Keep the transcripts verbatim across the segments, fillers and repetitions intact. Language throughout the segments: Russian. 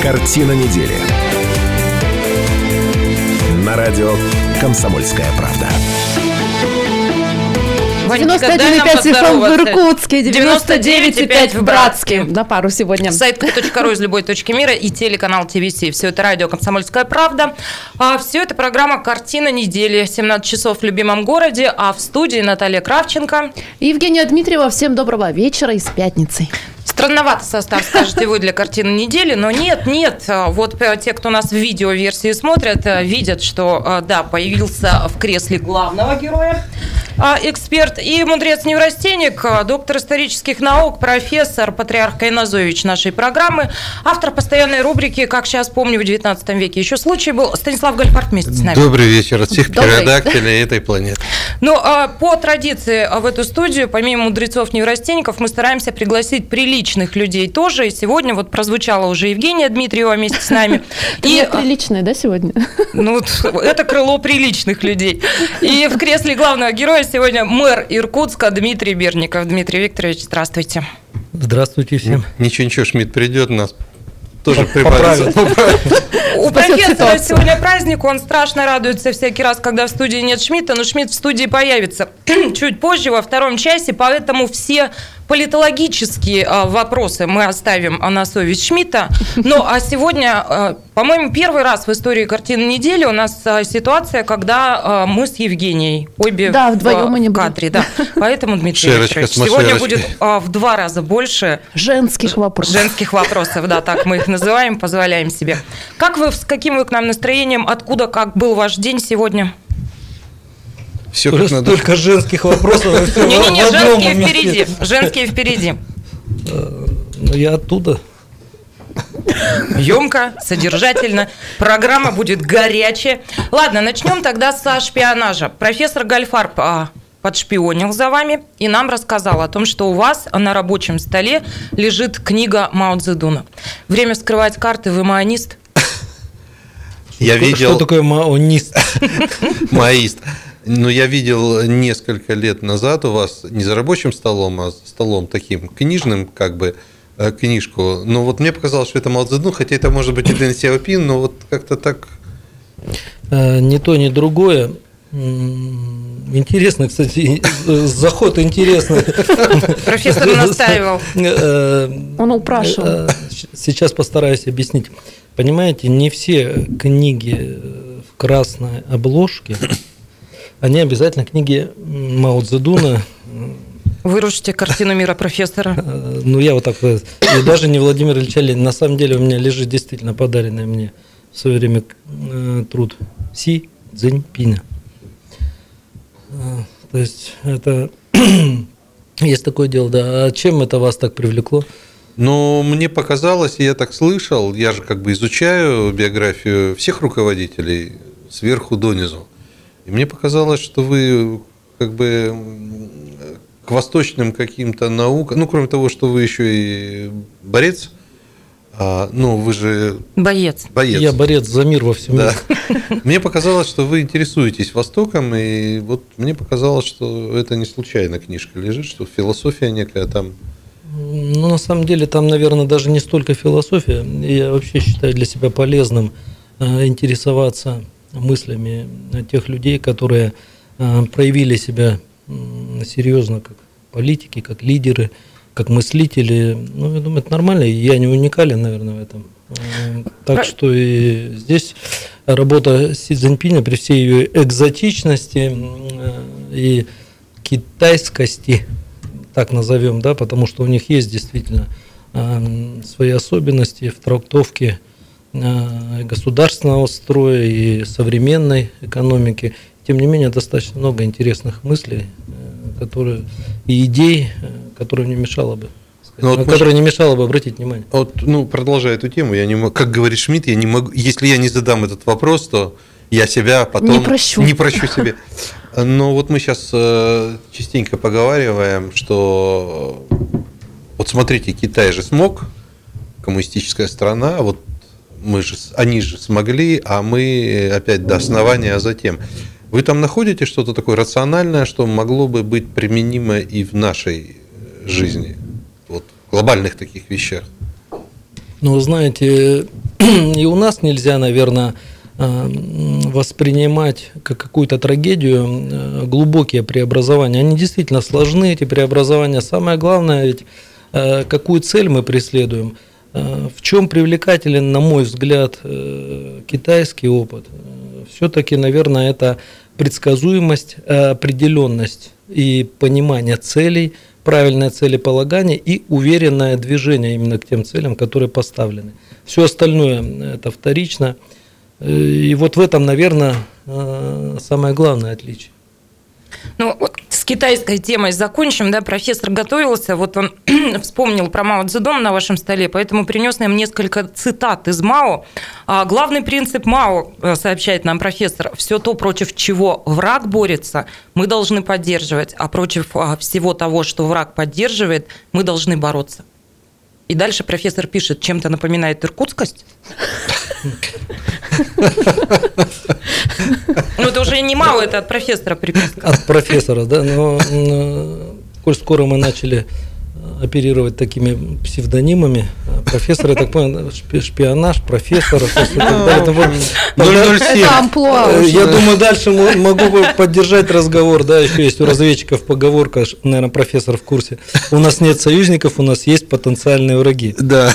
Картина недели. На радио «Комсомольская правда». девяносто один и пять эф эм в Иркутске, девяносто девять и пять в Братске. На пару сегодня. Сайт ка точка ру из любой точки мира и телеканал ТВС. Все это радио «Комсомольская правда». А все это программа «Картина недели». семнадцать часов в любимом городе. А в студии Наталья Кравченко. И Евгения Дмитриева. Всем доброго вечера и с пятницей. Странноватый состав, скажете вы, для картины недели, но нет, нет. Вот те, кто нас в видеоверсии смотрят, видят, что, да, появился в кресле главного героя эксперт и мудрец-неврастенник, доктор исторических наук, профессор, патриарх Кайназович нашей программы, автор постоянной рубрики «Как сейчас помню в девятнадцатом веке». Еще случай был. Станислав Гальфарб вместе с нами. Добрый вечер от всех птеродактилей этой планеты. Ну, по традиции в эту студию, помимо мудрецов-неврастенников, мы стараемся пригласить приличных людей тоже. И сегодня вот прозвучала уже Евгения Дмитриева вместе с нами. И приличная, да, сегодня? Ну, это крыло приличных людей. И в кресле главного героя сегодня мэр Иркутска Дмитрий Берников. Дмитрий Викторович, здравствуйте. Здравствуйте всем. Ничего, ничего, Шмидт придет, нас тоже прибавит. У профессора сегодня праздник, он страшно радуется всякий раз, когда в студии нет Шмидта, но Шмидт в студии появится чуть позже, во втором часе, поэтому все политологические вопросы мы оставим на совесть Шмидта. Ну, а сегодня, по-моему, первый раз в истории «Картины недели» у нас ситуация, когда мы с Евгенией обе да, вдвоем мы не в кадре. Да. Поэтому, Дмитрий Шерочка, Викторович, сегодня будет в два раза больше женских вопросов. Женских вопросов, да, так мы их называем, позволяем себе. Как вы, с каким вы к нам настроением, откуда, как был ваш день сегодня? Все как надо. Только женских вопросов. Не-не-не, женские впереди. Женские впереди. Ну, я оттуда. Емко, содержательно. Программа будет горячая. Ладно, начнем тогда со шпионажа. Профессор Гальфарб а, подшпионил за вами и нам рассказал о том, что у вас на рабочем столе лежит книга Мао Цзэдуна. Время вскрывать карты, вы маонист? Я что, видел... Что такое маонист? Маоист. Ну, я видел несколько лет назад у вас не за рабочим столом, а за столом таким книжным, как бы, книжку. Но вот мне показалось, что это Мао Цзэдун, хотя это может быть и Дэн Сяопин, но вот как-то так... Ни то, ни другое. Интересно, кстати, заход интересный. Профессор настаивал. Он упрашивал. Сейчас постараюсь объяснить. Понимаете, не все книги в красной обложке, они обязательно книги Мао Цзэдуна. Вырушите картину мира профессора. Ну, я вот так... И даже не Владимир Ильич Ленин. На самом деле у меня лежит действительно подаренный мне в свое время труд Си Цзиньпиня. То есть это... Есть такое дело, да. А чем это вас так привлекло? Ну, мне показалось, я так слышал, я же как бы изучаю биографию всех руководителей сверху донизу. И мне показалось, что вы как бы к восточным каким-то наукам, ну, кроме того, что вы еще и борец, а, ну, вы же... Боец. Боец. Я борец за мир во всем мире. Да. Мне показалось, что вы интересуетесь Востоком, и вот мне показалось, что это не случайно книжка лежит, что философия некая там... Ну, на самом деле, там, наверное, даже не столько философия. Я вообще считаю для себя полезным интересоваться мыслями тех людей, которые проявили себя серьезно как политики, как лидеры, как мыслители. Ну, я думаю, это нормально, я не уникален, наверное, в этом. Так что и здесь работа Си Цзиньпиня при всей ее экзотичности и китайскости, так назовем, да, потому что у них есть действительно свои особенности в трактовке государственного строя и современной экономики. Тем не менее, достаточно много интересных мыслей, которые, и идей, которые не мешало бы, сказать, ну, вот которые мы... не мешало бы обратить внимание. Вот, ну, продолжая эту тему, я не могу, как говорит Шмидт, я не могу, если я не задам этот вопрос, то я себя потом не прощу, не прощу себе. Но вот мы сейчас частенько поговариваем, что вот смотрите, Китай же смог, коммунистическая страна, вот мы же, они же смогли, а мы опять до основания, а затем. Вы там находите что-то такое рациональное, что могло бы быть применимо и в нашей жизни, вот, в глобальных таких вещах? Ну, вы знаете, и у нас нельзя, наверное, воспринимать как какую-то трагедию глубокие преобразования. Они действительно сложны, эти преобразования. Самое главное, ведь какую цель мы преследуем. В чем привлекателен, на мой взгляд, китайский опыт? Все-таки, наверное, это предсказуемость, определенность и понимание целей, правильное целеполагание и уверенное движение именно к тем целям, которые поставлены. Все остальное это вторично. И вот в этом, наверное, самое главное отличие. Ну, вот с китайской темой закончим, да, профессор готовился, вот он вспомнил про Мао Цзэдун на вашем столе, поэтому принес нам несколько цитат из Мао. Главный принцип Мао, сообщает нам профессор, все то, против чего враг борется, мы должны поддерживать, а против всего того, что враг поддерживает, мы должны бороться. И дальше профессор пишет, чем-то напоминает иркутскость. Ну, это уже не Мао, это от профессора приписка. От профессора, да. Но, коль скоро мы начали оперировать такими псевдонимами, профессор, я так понял, шпионаж, профессор, ноль ноль семь. Я думаю, дальше могу поддержать разговор, да, еще есть у разведчиков поговорка, наверное, профессор в курсе. У нас нет союзников, у нас есть потенциальные враги. Да.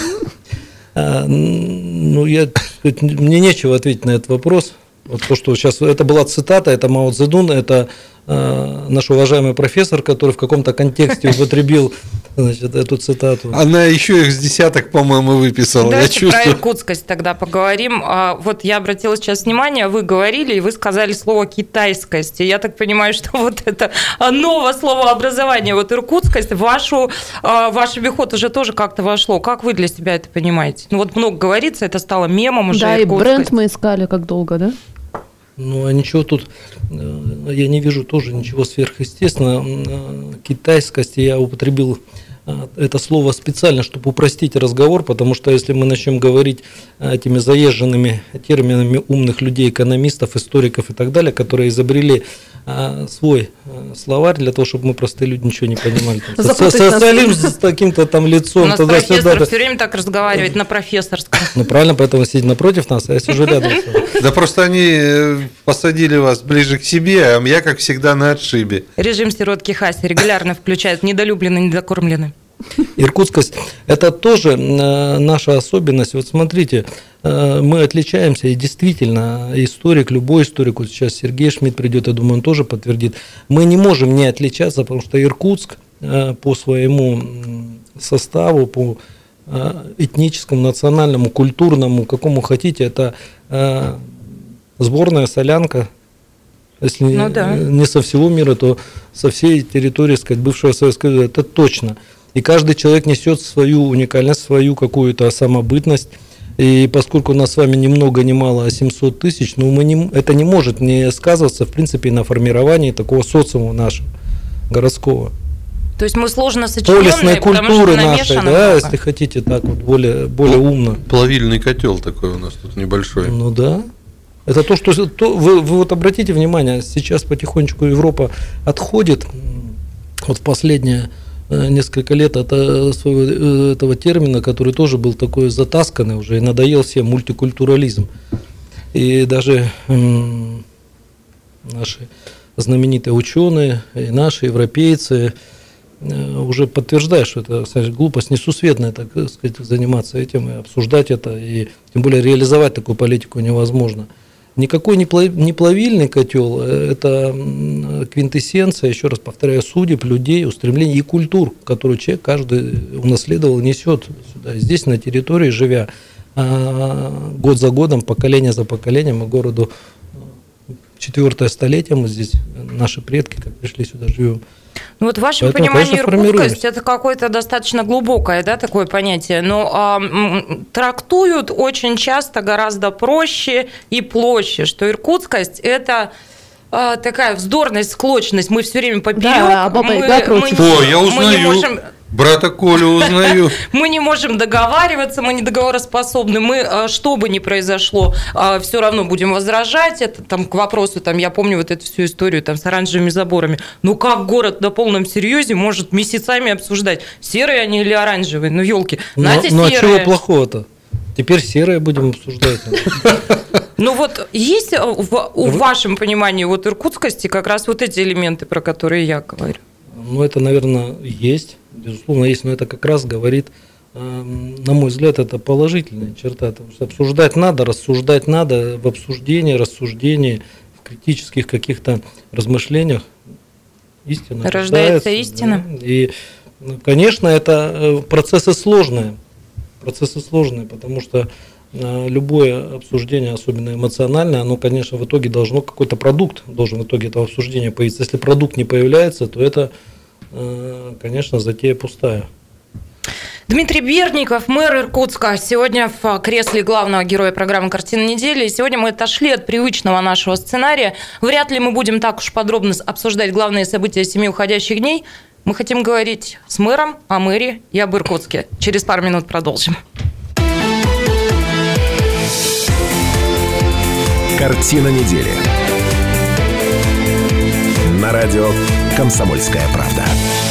Ну, я, мне нечего ответить на этот вопрос. Вот то, что сейчас, это была цитата, это Мао Цзэдун, это э, наш уважаемый профессор, который в каком-то контексте употребил, значит, эту цитату. Она еще их с десяток, по-моему, выписала. Давайте про иркутскость тогда поговорим. Вот я обратила сейчас внимание, вы говорили, и вы сказали слово «китайскость». И я так понимаю, что вот это новое словообразование, вот иркутскость, в вашу, ваш обиход уже тоже как-то вошло. Как вы для себя это понимаете? Ну вот много говорится, это стало мемом уже. Да, и бренд мы искали как долго, да? Ну, а ничего тут, я не вижу тоже ничего сверхъестественного. Китайскость, я употребил это слово специально, чтобы упростить разговор, потому что если мы начнем говорить этими заезженными терминами умных людей, экономистов, историков и так далее, которые изобрели свой словарь для того, чтобы мы, простые люди, ничего не понимали. Социализм с таким-то там лицом. У нас профессор все время так разговаривает на профессорском. Ну, правильно, поэтому сидит напротив нас, а я сижу рядом. Да просто они посадили вас ближе к себе, а я, как всегда, на отшибе. Режим сиротки Хаси регулярно включает недолюбленный, недокормленный. Иркутскость – это тоже наша особенность. Вот смотрите, мы отличаемся, и действительно, историк, любой историк, вот сейчас Сергей Шмидт придет, я думаю, он тоже подтвердит, мы не можем не отличаться, потому что Иркутск по своему составу, по этническому, национальному, культурному, какому хотите, это сборная солянка. Если ну, да. не со всего мира, то со всей территории, сказать, бывшего Советского Союза, это точно. И каждый человек несет свою уникальность, свою какую-то самобытность. И поскольку у нас с вами ни много ни мало, а семьсот тысяч, ну, мы не, это не может не сказываться, в принципе, на формировании такого социума нашего, городского. То есть мы сложно сочиненные, полисной культуры нашей, да, много. Если хотите, так вот, более, более умно. Плавильный котел такой у нас тут небольшой. Ну да. Это то, что то, вы, вы вот обратите внимание, сейчас потихонечку Европа отходит вот в последние несколько лет от своего, этого термина, который тоже был такой затасканный уже и надоел всем, мультикультурализм. И даже м, наши знаменитые ученые, и наши европейцы уже подтверждают, что это, кстати, глупость несусветная, так сказать, заниматься этим и обсуждать это, и тем более реализовать такую политику невозможно. Никакой не плавильный котел, это квинтэссенция, еще раз повторяю, судеб, людей, устремлений и культур, которую человек каждый унаследовал, несет сюда. Здесь на территории, живя год за годом, поколение за поколением, мы городу четвертое столетие, мы здесь, наши предки, как пришли сюда, живем. Ну вот в вашем Поэтому, понимании иркутскость – это какое-то достаточно глубокое, да, такое понятие, но а, м, трактуют очень часто гораздо проще и площе, что иркутскость – это а, такая вздорность, склочность, мы все время поперек. Да, баба мы, Яга против. О, я узнаю. Можем... Брата Колю узнаю. Мы не можем договариваться, мы не договороспособны. Мы, что бы ни произошло, все равно будем возражать. Это там к вопросу, там, я помню вот эту всю историю там, с оранжевыми заборами. Ну как город на полном серьезе может месяцами обсуждать, серые они или оранжевые? Ну, елки, Надя серая. Ну а чего плохого-то? Теперь серое будем обсуждать. Ну вот есть в, в вашем понимании вот иркутскости как раз вот эти элементы, про которые я говорю? Ну, это, наверное, есть, безусловно, есть, но это как раз говорит, на мой взгляд, это положительная черта. Потому что обсуждать надо, рассуждать надо, в обсуждении, рассуждении, в критических каких-то размышлениях истина рождается. Истина. Да? И, конечно, это процессы сложные, процессы сложные, потому что любое обсуждение, особенно эмоциональное, оно, конечно, в итоге должно, какой-то продукт должен в итоге этого обсуждения появиться. Если продукт не появляется, то это, конечно, затея пустая. Дмитрий Бердников, мэр Иркутска, сегодня в кресле главного героя программы «Картина недели». Сегодня мы отошли от привычного нашего сценария. Вряд ли мы будем так уж подробно обсуждать главные события семи уходящих дней. Мы хотим говорить с мэром о мэре и об Иркутске. Через пару минут продолжим. Картина недели. На радио «Комсомольская правда».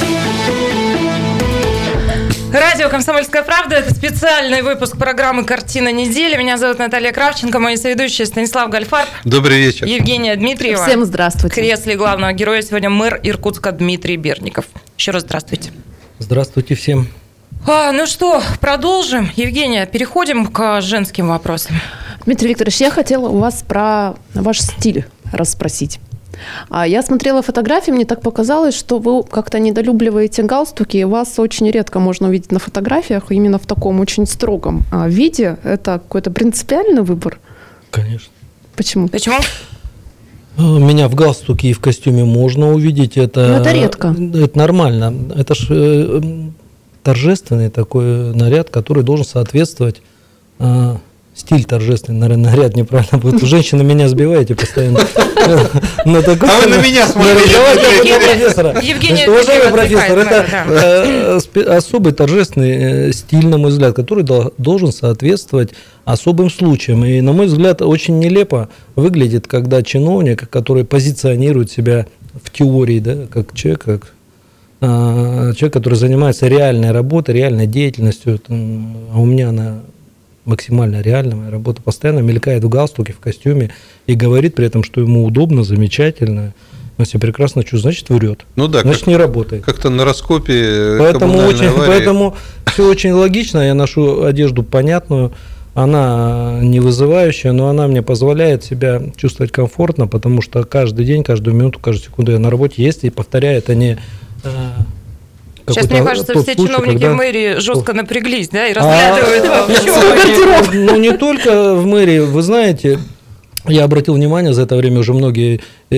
Радио «Комсомольская правда» – это специальный выпуск программы «Картина недели». Меня зовут Наталья Кравченко, мои соведущие Станислав Гальфарб. Добрый вечер. Евгения Дмитриева. Всем здравствуйте. В кресле главного героя сегодня мэр Иркутска Дмитрий Бердников. Еще раз здравствуйте. Здравствуйте всем. А, ну что, продолжим. Евгения, переходим к женским вопросам. Дмитрий Викторович, я хотела у вас про ваш стиль расспросить. Я смотрела фотографии, мне так показалось, что вы как-то недолюбливаете галстуки, и вас очень редко можно увидеть на фотографиях именно в таком очень строгом виде. Это какой-то принципиальный выбор? Конечно. Почему? Почему? Меня в галстуке и в костюме можно увидеть. Это, Но это редко. Это нормально. Это ж э, торжественный такой наряд, который должен соответствовать... Э, Стиль торжественный, наверное, наряд неправильно будет. Женщины меня сбиваете постоянно. А вы на меня смотрите. Евгений, уважаемый профессор, это особый торжественный стиль, на мой взгляд, который должен соответствовать особым случаям. И, на мой взгляд, очень нелепо выглядит, когда чиновник, который позиционирует себя в теории, да, как человек, как человек, который занимается реальной работой, реальной деятельностью, а у меня она максимально реальная, моя работа постоянно мелькает в галстуке, в костюме и говорит при этом, что ему удобно, замечательно, он себя прекрасно чувствует, значит, врет. Ну да, значит, как, не работает. Как-то на раскопе поэтому очень, аварии. Поэтому все очень логично, я ношу одежду понятную, она не вызывающая, но она мне позволяет себя чувствовать комфортно, потому что каждый день, каждую минуту, каждую секунду я на работе есть, и повторяю, это не... Сейчас, мне кажется, все случай, чиновники когда... в мэрии жестко напряглись, да, и разглядывают а, вообще. Ну, не только в мэрии, вы знаете, я обратил внимание, за это время уже многие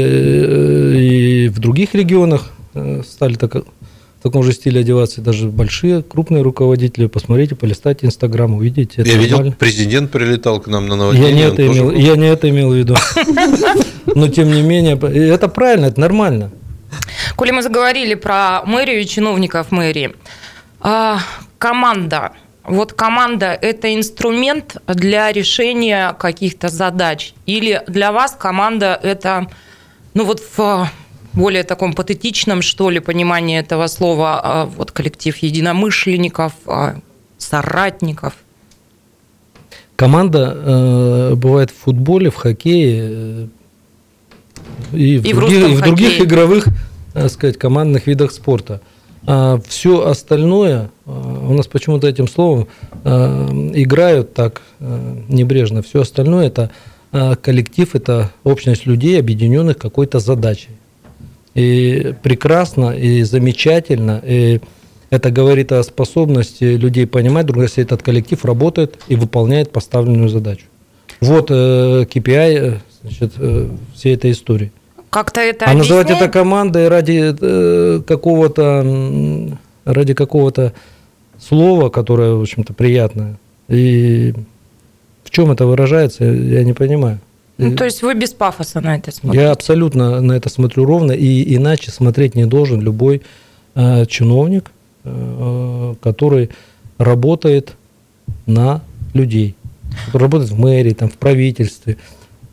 и в других регионах стали так, в таком же стиле одеваться, даже большие, крупные руководители. Посмотрите, полистайте Инстаграм, увидите. Я видел, президент прилетал к нам на наводнение. Я не, это имел, я не это имел в виду. Но, тем не менее, это правильно, это нормально. Коли мы заговорили про мэрию и чиновников мэрии, а, команда. Вот команда – это инструмент для решения каких-то задач? Или для вас команда – это, ну вот в более таком патетичном, что ли, понимании этого слова, вот коллектив единомышленников, соратников? Команда э, бывает в футболе, в хоккее и в, и других, в, и в других игровых, так сказать, командных видах спорта. А все остальное, у нас почему-то этим словом играют так небрежно, все остальное это коллектив, это общность людей, объединенных какой-то задачей. И прекрасно, и замечательно, и это говорит о способности людей понимать, друг, если этот коллектив работает и выполняет поставленную задачу. Вот кей пи ай, значит, всей этой истории. Как-то это а объясняет? Называть это командой ради э, какого-то ради какого-то слова, которое, в общем-то, приятное. И в чем это выражается, я не понимаю. Ну, то есть вы без пафоса на это смотрите? Я абсолютно на это смотрю ровно, и иначе смотреть не должен любой э, чиновник, э, который работает на людей, который работает в мэрии, там, в правительстве.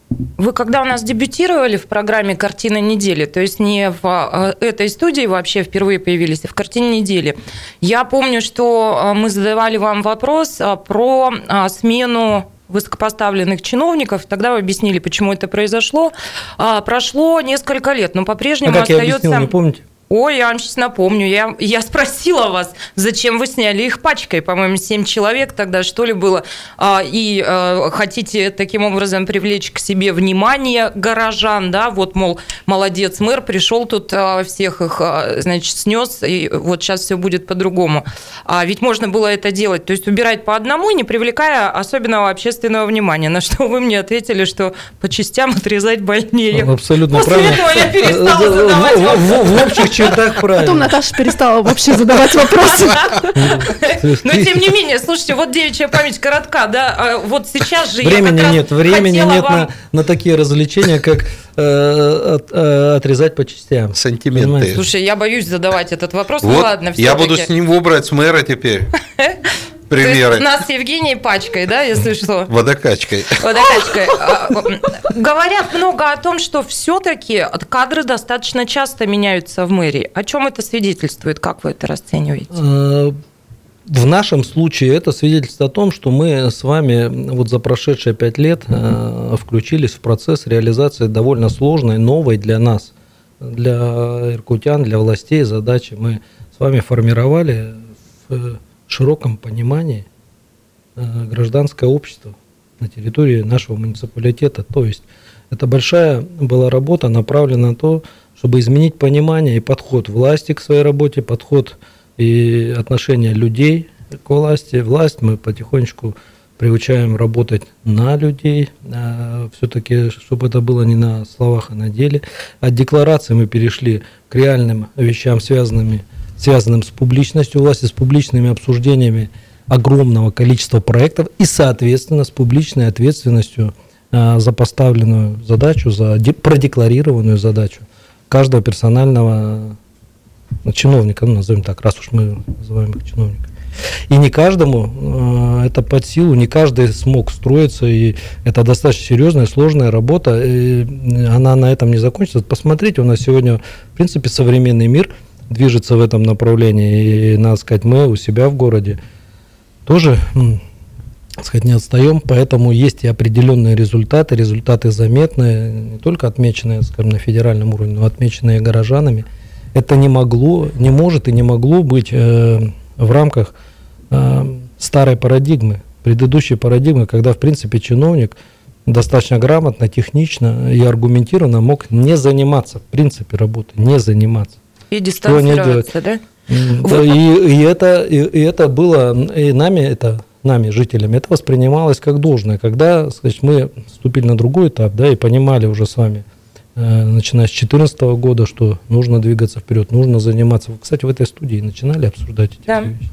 Вы когда у нас дебютировали в программе «Картина недели», то есть не в этой студии вообще впервые появились, а в «Картине недели», я помню, что мы задавали вам вопрос про смену высокопоставленных чиновников. Тогда вы объяснили, почему это произошло. Прошло несколько лет, но по-прежнему а как остается... я объяснил, не помните? Ой, я вам сейчас напомню, я, я спросила вас, зачем вы сняли их пачкой, по-моему, семь человек тогда, что ли, было, и хотите таким образом привлечь к себе внимание горожан, да, вот, мол, молодец, мэр пришел тут, всех их, значит, снес, и вот сейчас все будет по-другому. А ведь можно было это делать, то есть убирать по одному, не привлекая особенного общественного внимания, на что вы мне ответили, что по частям отрезать больнее. Абсолютно После правильно. этого я перестала задавать в, вопросы. в, в общих чертах правильно. Потом Наташа перестала вообще задавать вопросы. Но тем не менее, слушайте, вот девичья память коротка, да, вот сейчас же времени я как нет, раз времени нет вам... на, на такие развлечения, как э, от, э, отрезать по частям. Сантименты. Понимаете? Слушай, я боюсь задавать этот вопрос, Вот, ну ладно, я всё-таки. буду с ним убрать с мэра теперь. То есть Примеры. нас с Евгенией пачкой, да, если что? Водокачкой. Водокачкой. Говорят много о том, что все-таки кадры достаточно часто меняются в мэрии. О чем это свидетельствует? Как вы это расцениваете? В нашем случае это свидетельствует о том, что мы с вами вот за прошедшие пять лет включились в процесс реализации довольно сложной, новой для нас, для иркутян, для властей задачи. Мы с вами формировали в широком понимании гражданское общество на территории нашего муниципалитета. То есть это большая была работа, направлена на то, чтобы изменить понимание и подход власти к своей работе, подход и отношение людей к власти. Власть мы потихонечку приучаем работать на людей, все-таки, чтобы это было не на словах, а на деле. От декларации мы перешли к реальным вещам, связанным связанным с публичностью власти, с публичными обсуждениями огромного количества проектов и, соответственно, с публичной ответственностью а, за поставленную задачу, за продекларированную задачу каждого персонального чиновника, ну, назовем так, раз уж мы называем их чиновниками. И не каждому э, это под силу, не каждый смог встроиться, и это достаточно серьезная, сложная работа, и она на этом не закончится. Посмотрите, у нас сегодня, в принципе, современный мир движется в этом направлении, и, надо сказать, мы у себя в городе тоже, так сказать, не отстаем, поэтому есть и определенные результаты, результаты заметные, не только отмеченные, скажем, на федеральном уровне, но отмеченные горожанами. Это не могло, не может и не могло быть э, в рамках э, старой парадигмы, предыдущей парадигмы, когда, в принципе, чиновник достаточно грамотно, технично и аргументированно мог не заниматься, в принципе, работой, не заниматься. И дистанцироваться, да? Да, и, и, это, и, и это было, и нами, это, нами, жителями, это воспринималось как должное. Когда, значит, мы вступили на другой этап, да, и понимали уже с вами, э, начиная с две тысячи четырнадцатого года, что нужно двигаться вперед, нужно заниматься. Кстати, в этой студии начинали обсуждать эти да. вещи.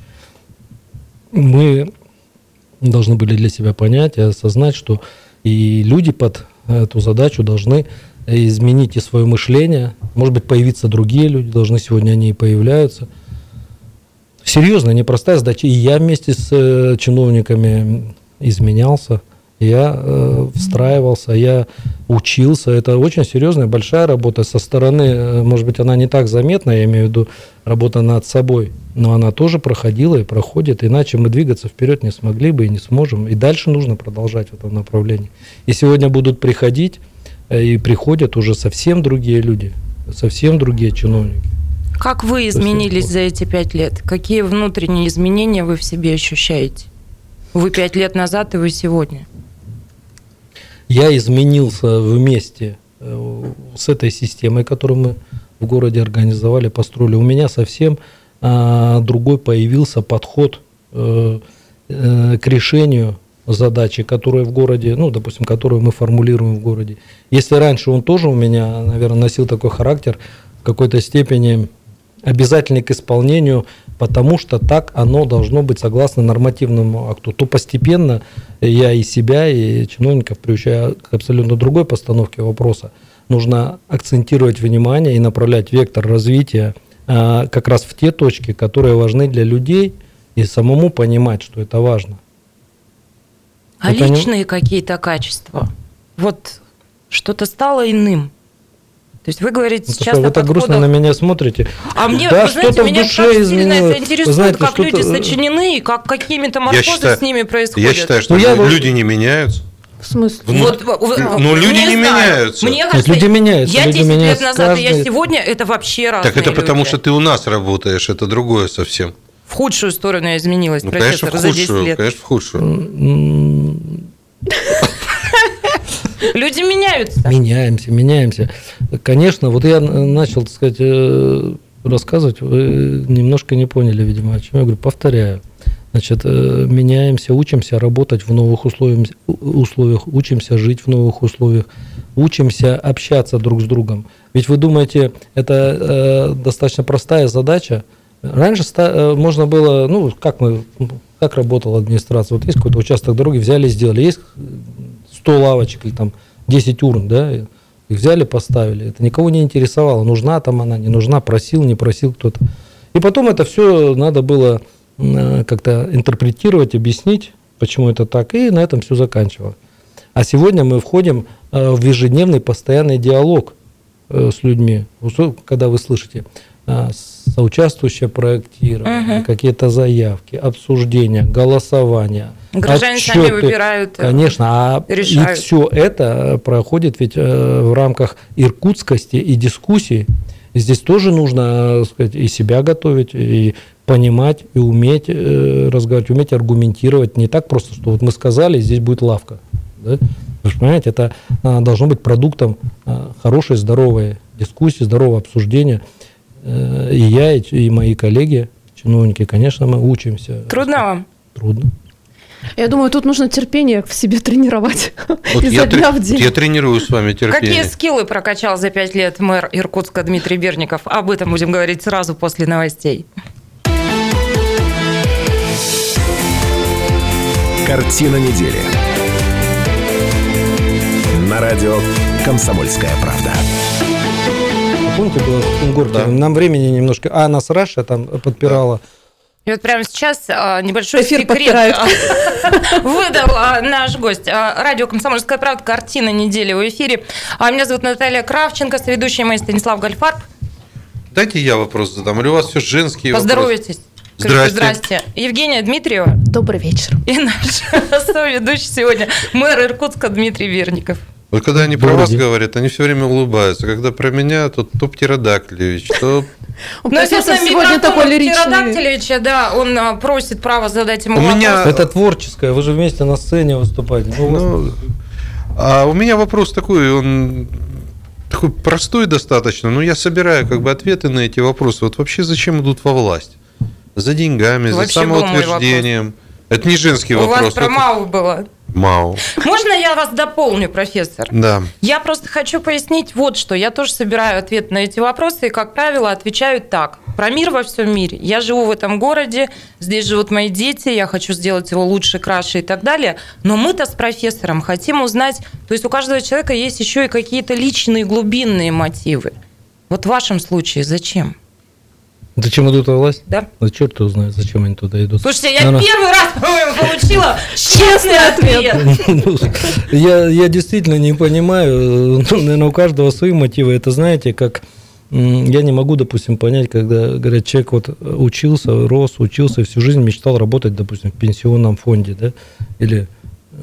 Мы должны были для себя понять и осознать, что и люди под эту задачу должны изменить и свое мышление, может быть, появиться другие люди, должны сегодня они и появляются. Серьезная, непростая задача. И я вместе с э, чиновниками изменялся, я э, встраивался, я учился. Это очень серьезная, большая работа. Со стороны, может быть, она не так заметна, я имею в виду работа над собой, но она тоже проходила и проходит, иначе мы двигаться вперед не смогли бы и не сможем. И дальше нужно продолжать в этом направлении. И сегодня будут приходить, и приходят уже совсем другие люди, совсем другие чиновники. Как вы изменились за эти пять лет? Какие внутренние изменения вы в себе ощущаете? Вы пять лет назад и вы сегодня. Я изменился вместе с этой системой, которую мы в городе организовали, построили. У меня совсем а, другой появился подход а, а, к решению задачи, которые в городе, ну, допустим, которую мы формулируем в городе. Если раньше он тоже у меня, наверное, носил такой характер, в какой-то степени обязательный к исполнению, потому что так оно должно быть согласно нормативному акту, то постепенно я и себя, и чиновников приучаю к абсолютно другой постановке вопроса. Нужно акцентировать внимание и направлять вектор развития а, как раз в те точки, которые важны для людей, и самому понимать, что это важно. А это личные не... какие-то качества? Вот что-то стало иным. То есть вы говорите Ну, сейчас вы о так грустно подходах... на меня смотрите. А мне, да, вы знаете, что-то в меня душе как сильно изменилось. это интересует, Вы знаете, как что-то- люди сочинены, и как какими метаморфозы считаю- с ними происходят. Я считаю, что Ну, я вот- люди не меняются. В смысле? Ну, Вот, вы- ну, люди не знаю. меняются. Мне Нет, кажется, люди меняются, я люди десять лет меняются назад, и я каждый- сегодня, это вообще разные Так это потому, люди. что ты у нас работаешь, это другое совсем. В худшую сторону я изменилась, Ну, конечно, профессор, в за десять худшую, лет. конечно, в худшую. М, Люди меняются. Меняемся, меняемся. Конечно, вот я начал, так сказать, э, рассказывать, вы немножко не поняли, видимо, о чем я говорю. Повторяю. Значит, э, меняемся, учимся работать в новых условиях, условиях, учимся жить в новых условиях, учимся общаться друг с другом. Ведь вы думаете, это э, достаточно простая задача. Раньше ста- э, можно было, ну, как мы, как работала администрация, вот есть какой-то участок дороги, взяли и сделали, есть сто лавочек или там десять урн, да, их взяли, поставили. Это никого не интересовало, нужна там она, не нужна, просил, не просил кто-то. И потом это все надо было э, как-то интерпретировать, объяснить, почему это так, и на этом все заканчивалось. А сегодня мы входим э, в ежедневный постоянный диалог э, с людьми. Когда вы слышите э, соучаствующее проектирование, Мгм. какие-то заявки, обсуждения, голосования, Граждане сами отчеты. выбирают. э, Конечно, а решают. и все это проходит ведь э, в рамках иркутскости и дискуссий. Здесь тоже нужно, так сказать, и себя готовить, и понимать, и уметь э, разговаривать, уметь аргументировать. Не так просто, что вот мы сказали, здесь будет лавка. Да? Вы же понимаете, это а, должно быть продуктом а, хорошей, здоровой дискуссии, здорового обсуждения. Э, И я, и, и мои коллеги, чиновники, конечно, мы учимся. Трудно вам? Трудно. Я думаю, тут нужно терпение в себе тренировать Вот изо я, дня тре- в день. я тренирую с вами Какие терпение. скиллы прокачал за пять лет мэр Иркутска Дмитрий Берников? Об этом будем говорить сразу после новостей. Картина недели. На радио «Комсомольская правда». Помните, было в Горке? Да. Нам времени немножко... А, нас Раша там подпирала. И вот прямо сейчас а, небольшой Эфир секрет подпирают. выдал а, наш гость. А, Радио «Комсомольская правда», картина недели в эфире. А, Меня зовут Наталья Кравченко, соведущая моя Станислав Гольфарб. Дайте я вопрос задам, или у вас все женские Поздоровайтесь. Здрасте. Здрасте. Евгения Дмитриева Добрый вечер. и наш соведущий сегодня мэр Иркутска Дмитрий Берников. вопросы? Вот когда они про Добрый вас день. говорят, они все время улыбаются. Когда про меня, то то Птеродактилевич, то... У Ну, профессора естественно, сегодня микрофон такой у лиричный. Птеродактилевича, да, он а, просит право задать ему У вопрос. меня- Это творческое, вы же вместе на сцене выступаете. Ну, у вас- Ну, а у меня вопрос такой, он такой простой достаточно, но я собираю как бы ответы на эти вопросы. Вот вообще зачем идут во власть? За деньгами, за Вообще был мой самоутверждением. Это не женский У вопрос. вас про это МАУ было. МАУ. Можно я вас дополню, профессор? Да. Я просто хочу пояснить вот что. Я тоже собираю ответ на эти вопросы и, как правило, отвечаю так. Про мир во всем мире. Я живу в этом городе, здесь живут мои дети, я хочу сделать его лучше, краше и так далее. Но мы-то с профессором хотим узнать, то есть у каждого человека есть еще и какие-то личные глубинные мотивы. Вот в вашем случае зачем? Зачем идут во власть? Да? Да черт его знает, зачем они туда идут. Слушайте, я Ну, ну. первый раз, по-моему, получила честный ответ. Ну, я, я действительно не понимаю. Ну, наверное, у каждого свои мотивы. Это, знаете, как м, я не могу, допустим, понять, когда говорят, человек вот учился, рос, учился, и всю жизнь мечтал работать, допустим, в пенсионном фонде, да, или э,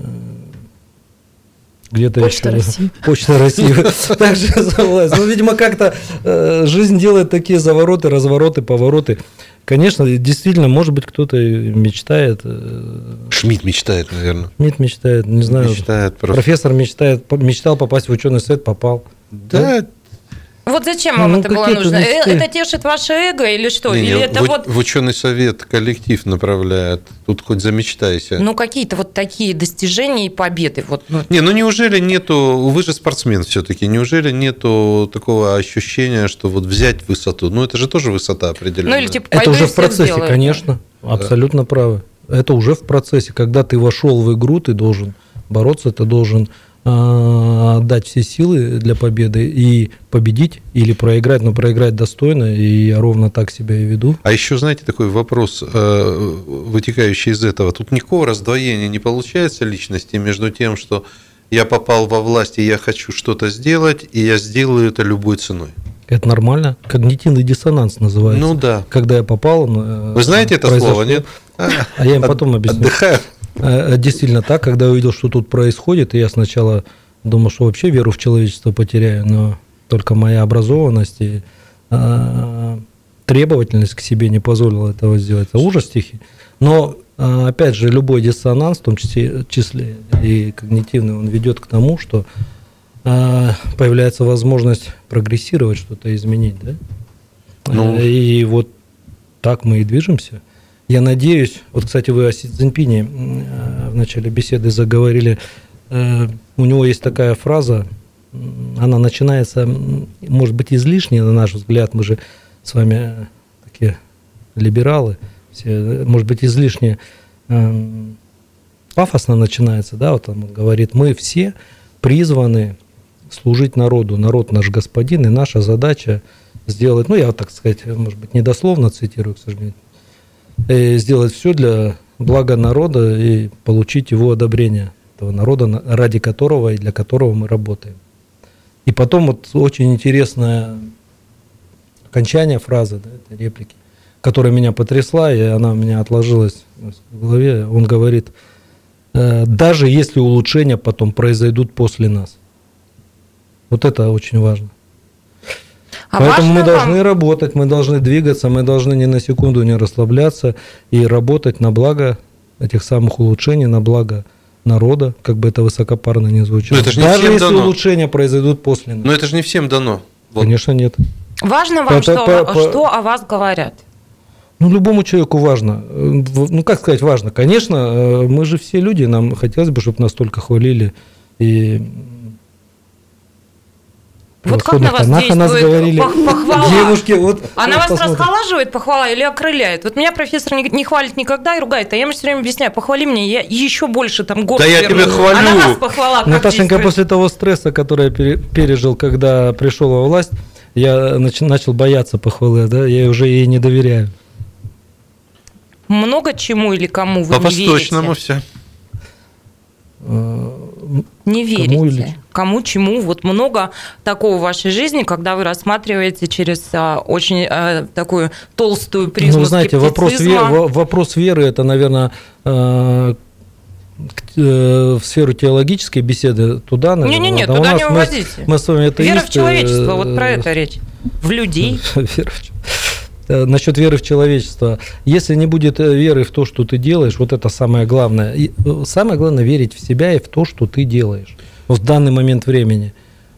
где-то Почта еще. России. Почта России. Также за власть. Ну, видимо, как-то э, жизнь делает такие завороты, развороты, повороты. Конечно, действительно, может быть, кто-то и мечтает. э, Шмидт мечтает, наверное. Нет, мечтает, не знаю. Мечтает просто. Профессор мечтает, по- мечтал попасть в ученый совет, попал. Да, Вот зачем вам Ну, это было какие-то нужно? Э, мечты. Это тешит ваше эго или что? не, не, Или это в, вот в ученый совет коллектив направляет. Тут хоть замечтайся. ну, какие-то вот такие достижения и победы? Вот, ну, Не, ну неужели нету, вы же спортсмен все-таки, неужели нету такого ощущения, что вот взять высоту, ну это же тоже высота определенная. ну или типа Это пойду уже и в всё процессе, сделаю. конечно. Абсолютно правы. Это уже в процессе. Когда ты вошел в игру, ты должен бороться, ты должен а, отдать все силы для победы и победить или проиграть, но проиграть достойно, и я ровно так себя и веду. А еще, знаете, такой вопрос, э, вытекающий из этого. Тут никакого раздвоения не получается личности между тем, что я попал во власть, и я хочу что-то сделать, и я сделаю это любой ценой. Это нормально. Когнитивный диссонанс называется. Ну да. Когда я попал... Вы знаете это произошло... слово, нет? А, а я им потом объясню. Отдыхаю. Действительно так, когда я увидел, что тут происходит, и я сначала думал, что вообще веру в человечество потеряю, но только моя образованность и а, требовательность к себе не позволила этого сделать. Это ужас тихий. Но, а, опять же, любой диссонанс, в том числе, числе и когнитивный, он ведет к тому, что а, появляется возможность прогрессировать, что-то изменить. Да? Ну... И вот так мы и движемся. Я надеюсь, вот, кстати, вы о Си Цзиньпине в начале беседы заговорили, у него есть такая фраза, она начинается, может быть, излишне, на наш взгляд, мы же с вами такие либералы, все, может быть, излишне пафосно начинается, да, вот он говорит, мы все призваны служить народу, народ наш господин, и наша задача сделать, ну, я, так сказать, может быть, недословно цитирую, к сожалению, сделать все для блага народа и получить его одобрение, этого народа, ради которого и для которого мы работаем. И потом вот очень интересное окончание фразы, да, этой реплики, которая меня потрясла, и она у меня отложилась в голове. Он говорит, даже если улучшения потом произойдут после нас. Вот это очень важно. А Поэтому мы должны вам... работать, мы должны двигаться, мы должны ни на секунду не расслабляться и работать на благо этих самых улучшений, на благо народа, как бы это высокопарно не звучало. Это Даже не если дано. улучшения произойдут после нас. Но это же не всем дано. Вот. Конечно, нет. Важно вам, это, что, по, по... что о вас говорят? Ну, любому человеку важно. Ну, как сказать, важно. Конечно, мы же все люди, нам хотелось бы, чтобы нас только хвалили и... Вот как на вас действует похвала? Девушки, вот, Она вот вас расхолаживает, похвала, или окрыляет? Вот меня профессор не, не хвалит никогда и ругает, а я ему все время объясняю, похвали меня, я еще больше там город Да я тебя хвалю. А на вас похвала как Наташенька, после того стресса, который я пережил, когда пришел во власть, я начал бояться похвалы, да, я уже ей не доверяю. Много чему или кому вы не верите? По-восточному все. Не верите. Кому, или... Кому, чему? Вот много такого в вашей жизни, когда вы рассматриваете через а, очень а, такую толстую призму ну, знаете, вопрос, вер, вопрос веры, это, наверное, э, в сферу теологической беседы туда, наверное. Не-не-не, туда не уводите. Мы, мы с вами атеисты. Вера в человечество, вот про это речь. В людей. Вера в Насчет веры в человечество. Если не будет веры в то, что ты делаешь, вот это самое главное. И самое главное верить в себя и в то, что ты делаешь в данный момент времени.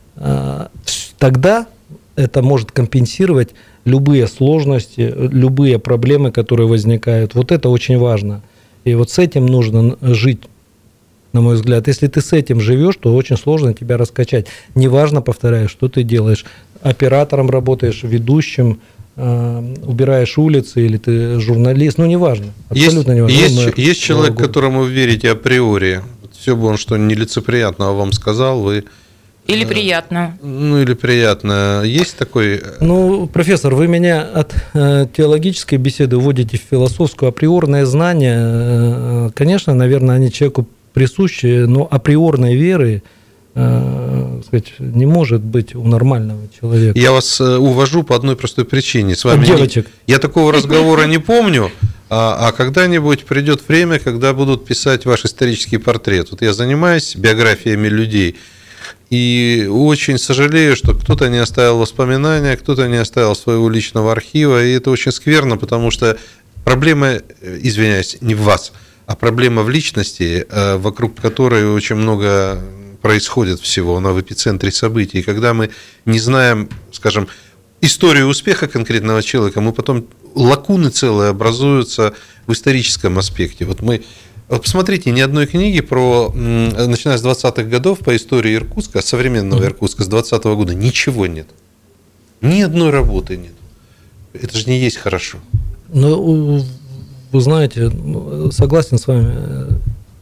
Тогда это может компенсировать любые сложности, любые проблемы, которые возникают. Вот это очень важно. И вот с этим нужно жить, на мой взгляд. Если ты с этим живешь, то очень сложно тебя раскачать. Неважно, повторяю, что ты делаешь. Оператором работаешь, ведущим, убираешь улицы, или ты журналист, ну, неважно, абсолютно есть, неважно. Есть, мэр, есть человек, которому вы верите априори, все бы он что нелицеприятного вам сказал, вы... Или приятно. Ну, или приятно. Есть такой... Ну, профессор, вы меня от э, теологической беседы уводите в философскую. Априорное знание, э, конечно, наверное, они человеку присущи, но априорной веры сказать, не может быть у нормального человека. Я вас увожу по одной простой причине. С вами девочек. Не, я такого разговора не помню, а, а когда-нибудь придет время, когда будут писать ваш исторический портрет. Вот я занимаюсь биографиями людей, и очень сожалею, что кто-то не оставил воспоминания, кто-то не оставил своего личного архива, и это очень скверно, потому что проблема, извиняюсь, не в вас, а проблема в личности, вокруг которой очень много... происходит всего, она в эпицентре событий. И когда мы не знаем, скажем, историю успеха конкретного человека, мы потом лакуны целые образуются в историческом аспекте. Вот мы, вот посмотрите, ни одной книги про, начиная с двадцатых годов по истории Иркутска, современного Иркутска с двадцатого года, ничего нет. Ни одной работы нет. Это же не есть хорошо. Ну, вы знаете, согласен с вами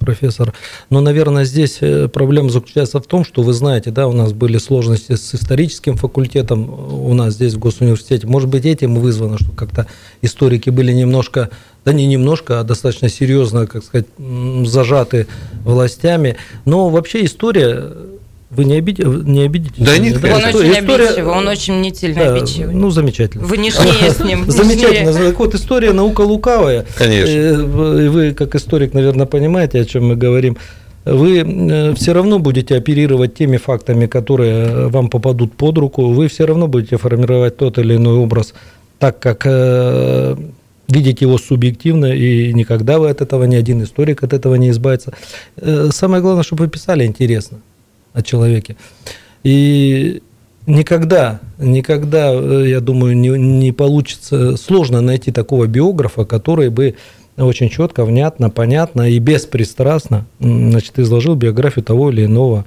профессор. Но, наверное, здесь проблема заключается в том, что вы знаете, да, у нас были сложности с историческим факультетом у нас здесь в Госуниверситете. Может быть, этим вызвано, что как-то историки были немножко, да не немножко, а достаточно серьезно, как сказать, зажаты властями. Но вообще история... Вы не, обид... не обидитесь? Да нет, да? Он история, очень обидчивый, он очень мнительно да, обидчивый. Ну, замечательно. Вы нежнее с ним. Замечательно. Так вот, история наука лукавая. Конечно. Вы, как историк, наверное, понимаете, о чем мы говорим. Вы все равно будете оперировать теми фактами, которые вам попадут под руку. Вы все равно будете формировать тот или иной образ так, как видите его субъективно, и никогда вы от этого, ни один историк от этого не избавится. Самое главное, чтобы вы писали интересно о человеке. И никогда, никогда, я думаю, не, не получится, сложно найти такого биографа, который бы очень четко, внятно, понятно и беспристрастно, значит, изложил биографию того или иного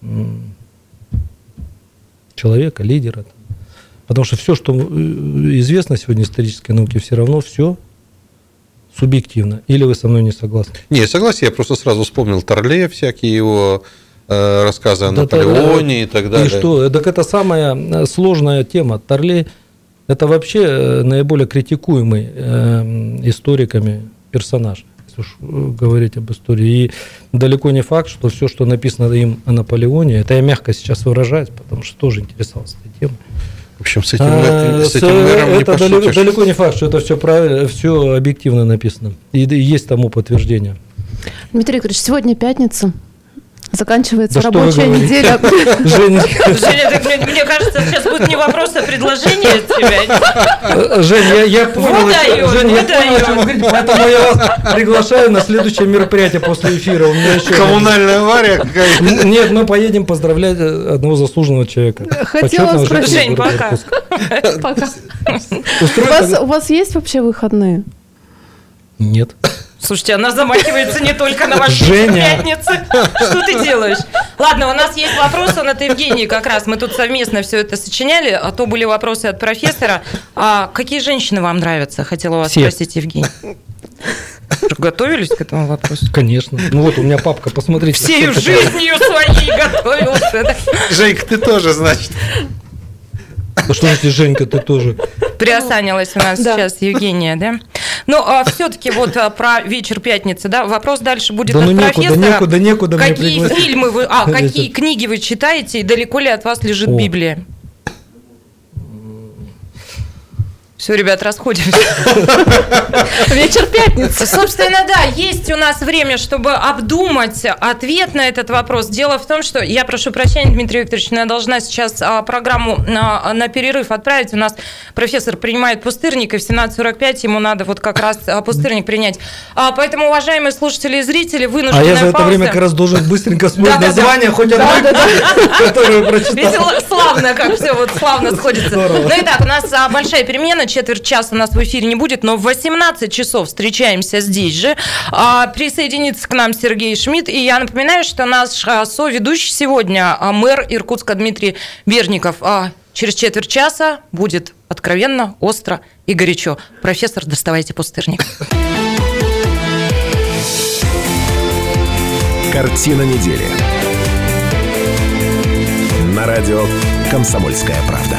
человека, лидера. Потому что все, что известно сегодня исторической науке, все равно все субъективно. Или вы со мной не согласны? Не, согласен, я просто сразу вспомнил Торле, всякие его рассказы о Наполеоне и так далее. И что? Так это самая сложная тема. Торлей – это вообще наиболее критикуемый историками персонаж, если уж говорить об истории. И далеко не факт, что все, что написано им о Наполеоне, это я мягко сейчас выражаюсь, потому что тоже интересовался этой темой. В общем, с этим, а, с этим мэром не пошутишь. Это далеко не факт, что это все правильно, все объективно написано. И есть тому подтверждение. Дмитрий Викторович, сегодня пятница. Заканчивается да рабочая неделя. Женя, Женя, мне кажется, сейчас будет не вопрос, а предложение от тебя. Женя, я, я понял, выдаю, Женя, я понял, о чем вы говорите, поэтому я вас приглашаю на следующее мероприятие после эфира. У меня еще коммунальная авария какая-то. Нет, мы поедем поздравлять одного заслуженного человека. Хотела спросить. Жень, пока. Пока. У вас, у вас есть вообще выходные? Нет. Слушайте, она замахивается не только на ваши пятницы. Что ты делаешь? Ладно, у нас есть вопросы, он от Евгении как раз. Мы тут совместно все это сочиняли, а то были вопросы от профессора. А какие женщины вам нравятся? Хотела вас Все. спросить, Евгений. Готовились к этому вопросу? Конечно. Ну вот у меня папка, посмотрите. Всею жизнью своей готовился. Женька, ты тоже, значит. Ну что значит, Женька, ты тоже? Приосанилась у нас да. сейчас Евгения, да? Ну, а все-таки вот а, про вечер пятницы, да, вопрос дальше будет да от ну профессора. Некуда, некуда, некуда какие фильмы вы, а, какие книги вы читаете, и далеко ли от вас лежит О. Библия? Все, ребят, расходимся. Вечер пятницы. Собственно, да, есть у нас время, чтобы обдумать ответ на этот вопрос. Дело в том, что, я прошу прощения, Дмитрий Викторович, но я должна сейчас программу на, на перерыв отправить. У нас профессор принимает пустырник, и в семнадцать сорок пять ему надо вот как раз пустырник принять. Поэтому, уважаемые слушатели и зрители, вынуждены А я за это время как раз должен быстренько смыть название, хоть одно, которое прочитал. Видите, славно, как все вот славно сходится. Ну и так, у нас большая перемена. Четверть часа у нас в эфире не будет, но в восемнадцать часов встречаемся здесь же. Присоединится к нам Сергей Шмидт. И я напоминаю, что наш соведущий сегодня мэр Иркутска Дмитрий Берников. Через четверть часа будет откровенно, остро и горячо. Профессор, доставайте пустырник. Картина недели. На радио «Комсомольская правда».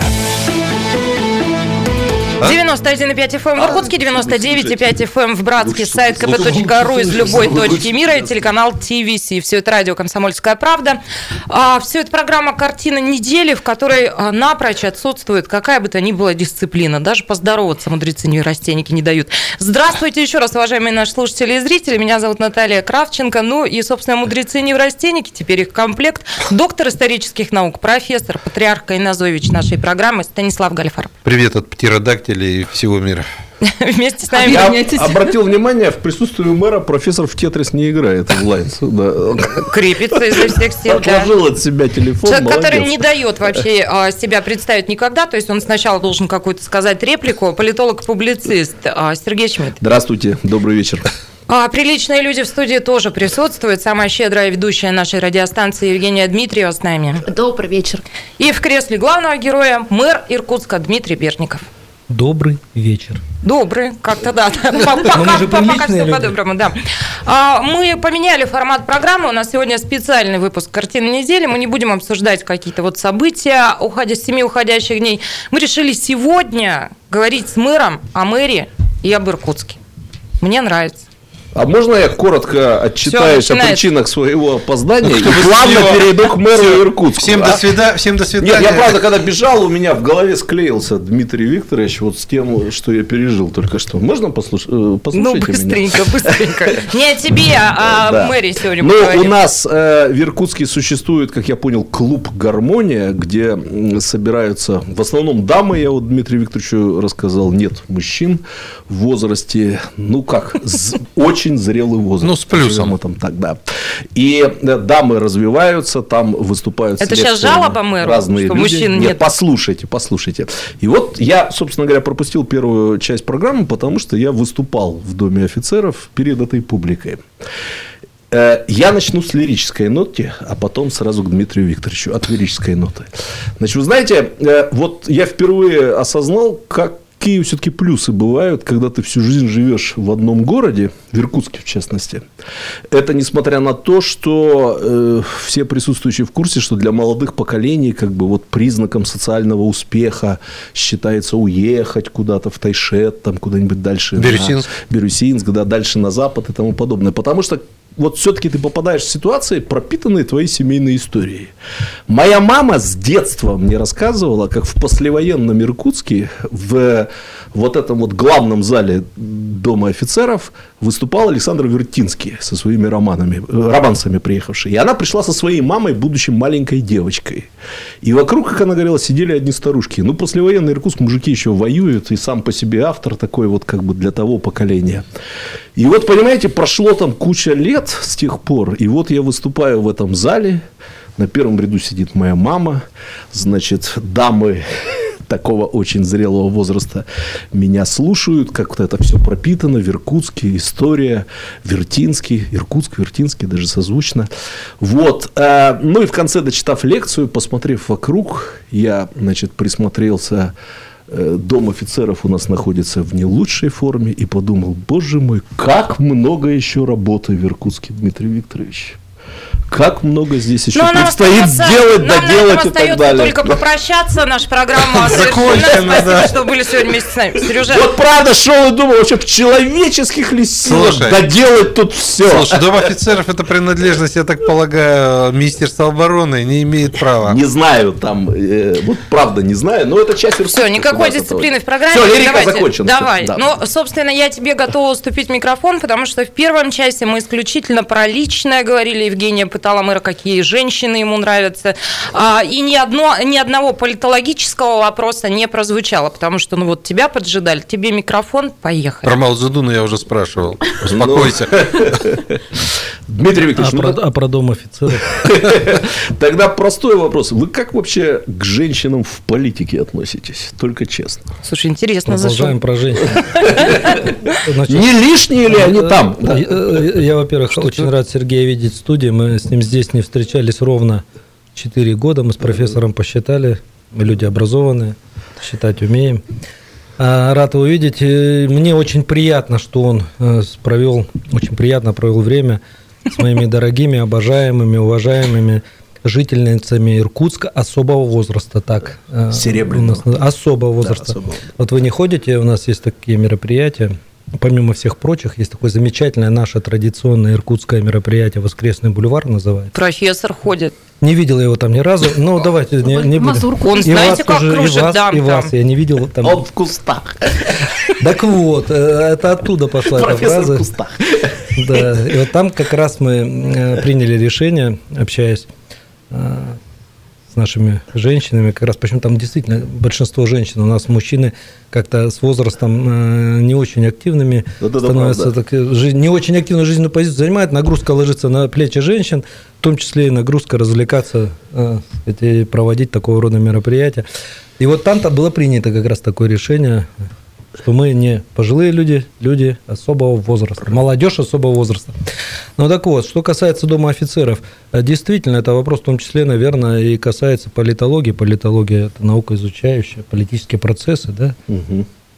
девяносто один и пять эф эм в Иркутске, девяносто девять и пять эф эм в Братске, сайт ка пэ точка ру из любой точки мира и телеканал ти ви си. Все это радио «Комсомольская правда». А, все это программа «Картина недели», в которой а, напрочь отсутствует какая бы то ни была дисциплина. Даже поздороваться мудрецы неврастенники не дают. Здравствуйте еще раз, уважаемые наши слушатели и зрители. Меня зовут Наталья Кравченко. Ну и, собственно, мудрецы неврастенники, теперь их комплект. Доктор исторических наук, профессор, патриарх Кайназович нашей программы Станислав Гальфар. Привет от птеродактиля и всего мира. Вместе с нами. Я обратил внимание, в присутствии мэра профессор в Тетрис не играет онлайн. Да. Крепится изо всех сил. Отложил да. от себя телефон. Человек, молодец. который не дает вообще а, себя представить никогда, то есть он сначала должен какую-то сказать реплику. Политолог-публицист а, Сергей Шмидт. Здравствуйте, добрый вечер. А, приличные люди в студии тоже присутствуют. Самая щедрая ведущая нашей радиостанции Евгения Дмитриева с нами. Добрый вечер. И в кресле главного героя мэр Иркутска Дмитрий Берников. Добрый вечер. Добрый, как-то да. Пока все по-доброму, да. Мы поменяли формат программы. У нас сегодня специальный выпуск «Картины недели». Мы не будем обсуждать какие-то вот события уходя, семи уходящих дней. Мы решили сегодня говорить с мэром о мэре и об Иркутске. Мне нравится. А можно я коротко отчитаюсь Всё, о причинах своего опоздания и плавно перейду к мэру Иркутска? Всем, а? до свида... Всем до свидания. Нет, я правда, когда бежал, у меня в голове склеился Дмитрий Викторович вот с тем, что я пережил только что. Можно послуш... послушать Ну, меня? быстренько, быстренько. Не о тебе, а о Да. мэре сегодня Ну, поговорим. у нас э, в Иркутске существует, как я понял, клуб «Гармония», где м, собираются в основном дамы, я вот Дмитрию Викторовичу рассказал, нет мужчин в возрасте, ну как, з- очень зрелый возраст. Ну, с плюсом. Назовем это так, да. И э, дамы развиваются, там выступают Это сейчас следственно жалоба мэру, разные что люди. мужчин нет? Послушайте, послушайте. И вот я, собственно говоря, пропустил первую часть программы, потому что я выступал в Доме офицеров перед этой публикой. Я начну с лирической ноты, а потом сразу к Дмитрию Викторовичу от лирической ноты. Значит, вы знаете, вот я впервые осознал, какие все-таки плюсы бывают, когда ты всю жизнь живешь в одном городе, в Иркутске в частности. Это несмотря на то, что э, все присутствующие в курсе, что для молодых поколений как бы вот признаком социального успеха считается уехать куда-то в Тайшет, там куда-нибудь дальше. Бирюсинск. На, Бирюсинск, да, дальше на запад и тому подобное. Потому что вот все-таки ты попадаешь в ситуации, пропитанные твоей семейной историей. Моя мама с детства мне рассказывала, как в послевоенном Иркутске в вот этом вот главном зале Дома офицеров выступал Александр Вертинский со своими романами, романсами приехавший. И она пришла со своей мамой, будучи маленькой девочкой. И вокруг, как она говорила, сидели одни старушки. Ну, послевоенный Иркутск, мужики еще воюют, и сам по себе автор такой вот как бы для того поколения. И вот, понимаете, прошло там куча лет с тех пор, и вот я выступаю в этом зале, на первом ряду сидит моя мама, значит, дамы такого очень зрелого возраста меня слушают, как-то это все пропитано в Иркутске, история, Вертинский, Иркутск, Вертинский, даже созвучно. Вот, ну и в конце, дочитав лекцию, посмотрев вокруг, я, значит, присмотрелся. Дом офицеров у нас находится в не лучшей форме. И подумал, боже мой, как много еще работы в Иркутске, Дмитрий Викторович. Как много здесь еще предстоит сделать, доделать и так далее. Нам только попрощаться. Наша программа закончена. Спасибо, что были сегодня вместе с нами. Сережа. Вот правда шел и думал, вообще в человеческих ли силах доделать тут все. Слушай, Дом офицеров — это принадлежность, я так полагаю, Министерства обороны, не имеет права. Не знаю, там, э, вот правда не знаю, но это часть Иркутска. Все, никакой дисциплины в программе. Все, лирика закончена. Давай. Да. Ну, собственно, я тебе готова уступить микрофон, потому что в первом части мы исключительно про личное говорили. Евгения пытала мэра, какие женщины ему нравятся. И ни, одно, ни одного политологического вопроса не прозвучало, потому что, ну вот, тебя поджидали, тебе микрофон, поехали. Про Мао Цзэдуна я уже спрашивал. Успокойся. Дмитрий Викторович, а, ну, про, а про Дом офицеров? Тогда простой вопрос. Вы как вообще к женщинам в политике относитесь? Только честно. Слушай, интересно, Продолжаем зашел. про женщин. Не лишние ли они там? Я, во-первых, очень рад Сергея видеть в студии. Мы с ним здесь не встречались ровно четыре года. Мы с профессором посчитали. Мы люди образованные, считать умеем. Рад его видеть. Мне очень приятно, что он провел, очень приятно провел время с моими дорогими, обожаемыми, уважаемыми жительницами Иркутска особого возраста. Так, Серебряного. У нас, особого возраста. Да, особого. Вот вы не ходите, у нас есть такие мероприятия. Помимо всех прочих, есть такое замечательное наше традиционное иркутское мероприятие «Воскресный бульвар» называется. Профессор ходит. Не видел я его там ни разу. Ну, давайте не, не будем. Мазурку. Он, знаете, как тоже, кружит и вас, дам и вас там. я не видел там. Он в кустах. Так вот, это оттуда пошла эта фраза. В кустах. Да, и вот там как раз мы приняли решение, общаясь с нашими женщинами, как раз, почему там действительно большинство женщин, у нас мужчины как-то с возрастом не очень активными да, становятся, да, так, не очень активную жизненную позицию занимают, нагрузка ложится на плечи женщин, в том числе и нагрузка развлекаться, и проводить такого рода мероприятия. И вот там-то было принято как раз такое решение, что мы не пожилые люди, люди особого возраста, молодежь особого возраста. Ну так вот, что касается Дома офицеров, действительно, это вопрос в том числе, наверное, и касается политологии. Политология – это наука, изучающая политические процессы, да? Угу.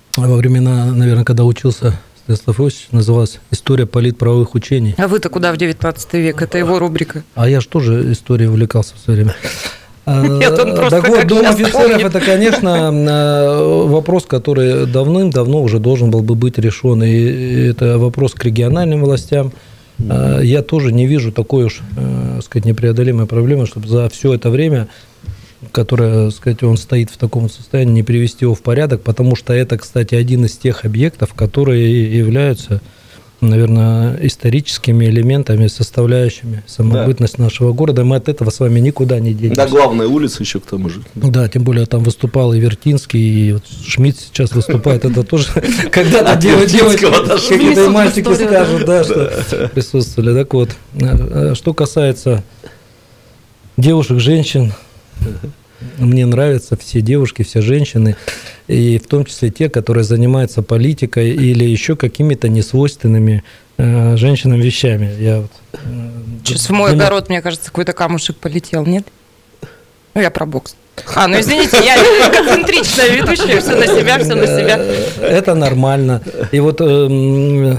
во времена, наверное, когда учился Станислав Иосифович, называлась «История политправовых учений». А вы-то куда в девятнадцатый век? Это его рубрика. А я же тоже историей увлекался в свое время. Нет, он просто так вот, как Дом сейчас офицеров помнит. это, конечно, вопрос, который давным-давно уже должен был бы быть решен. И это вопрос к региональным властям. Я тоже не вижу такой уж, так сказать, непреодолимой проблемы, чтобы за все это время, которое, так сказать, он стоит в таком состоянии, не привести его в порядок, потому что это, кстати, один из тех объектов, которые являются, наверное, историческими элементами, составляющими самобытность да. нашего города. Мы от этого с вами никуда не денемся. Да, главная улица еще к тому же. Да, тем более там выступал и Вертинский, и вот Шмидт сейчас выступает. Это тоже когда-то девочки, какие-то мальчики скажут, да, что присутствовали. Так вот, что касается девушек, женщин, мне нравятся все девушки, все женщины, и в том числе те, которые занимаются политикой или еще какими-то несвойственными э, женщинам вещами. Я вот, э, Сейчас в мой огород, мне кажется, какой-то камушек полетел, нет? Ну, я про бокс. А, ну извините, я концентричная ведущая, все на себя, все на себя. Это нормально. И вот э,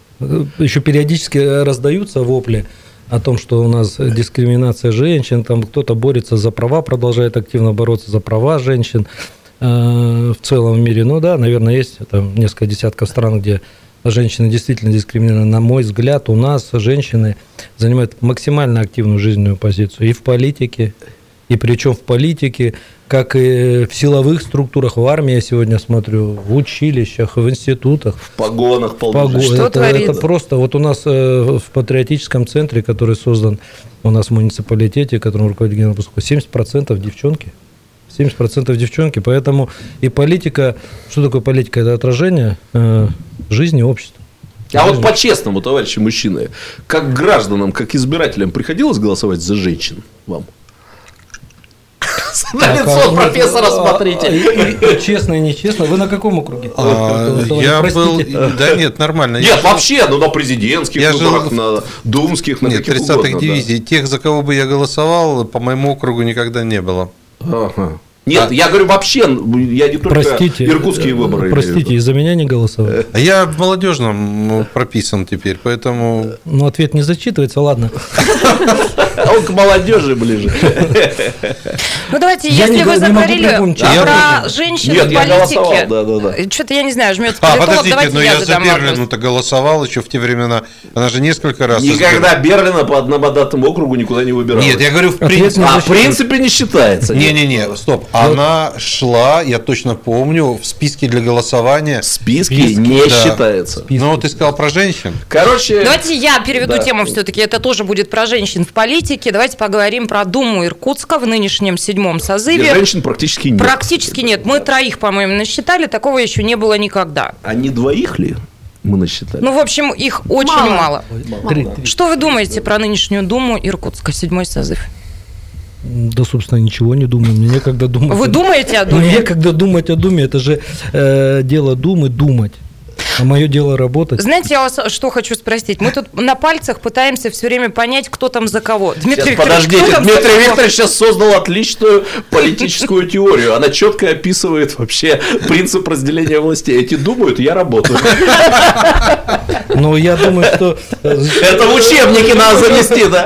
еще периодически раздаются вопли о том, что у нас дискриминация женщин, там кто-то борется за права, продолжает активно бороться за права женщин э, в целом мире. Ну да, наверное, есть там несколько десятков стран, где женщины действительно дискриминированы. На мой взгляд, у нас женщины занимают максимально активную жизненную позицию и в политике, и причем в политике, как и в силовых структурах, в армии, я сегодня смотрю, в училищах, в институтах. В погонах. Погон. Что это, это просто, вот у нас э, в патриотическом центре, который создан у нас в муниципалитете, которым руководит генерал Бусков, семьдесят процентов девчонки. семьдесят процентов девчонки, поэтому и политика, что такое политика? Это отражение э, жизни общества. А вот по-честному, товарищи мужчины, как гражданам, как избирателям приходилось голосовать за женщин вам? На лицо профессора смотрите. Честно и нечестно. Вы на каком округе? Я был... Да нет, нормально. Нет, вообще, ну на президентских выборах, на думских, на каких угодно. тридцатых дивизий. Тех, за кого бы я голосовал, по моему округу никогда не было. Нет, а, я говорю вообще, я не только простите, иркутские выборы. Простите, из-за меня не голосовали. А я в молодежном прописан теперь, поэтому... Ну, ответ не зачитывается, ладно. А он к молодежи ближе. Ну, давайте, если вы заговорили про женщин в политике... Что-то, я не знаю, жмется политолог, давайте я задам вопрос. Я за Берлину-то голосовал еще в те времена. Она же несколько раз... Никогда Берлина по одномандатному округу никуда не выбирала. Нет, я говорю в принципе... А в принципе не считается. Не-не-не, стоп. Она шла, я точно помню, в списке для голосования. В списке не считается. Ну, ты сказал про женщин. Короче... Давайте я переведу тему все-таки. Это тоже будет про женщин в политике. Давайте поговорим про Думу Иркутска в нынешнем седьмом созыве. Где женщин практически нет. Практически нет. Мы троих, по-моему, насчитали. Такого еще не было никогда. А не двоих ли мы насчитали? Ну, в общем, их очень мало. мало. Три, три. Что вы думаете про нынешнюю Думу Иркутска, седьмой созыв? Да, собственно, ничего не думаю. Мне некогда думать. Вы думаете о Думе? Мне некогда думать о Думе. Это же э, дело Думы думать. А мое дело работать. Знаете, я вас что хочу спросить? Мы тут на пальцах пытаемся все время понять, кто там за кого. Дмитрий сейчас, подождите, Дмитрий Викторович сейчас создал отличную политическую теорию. Она четко описывает вообще принцип разделения властей. Эти думают, я работаю. Ну, я думаю, что... Это в учебнике надо занести, да?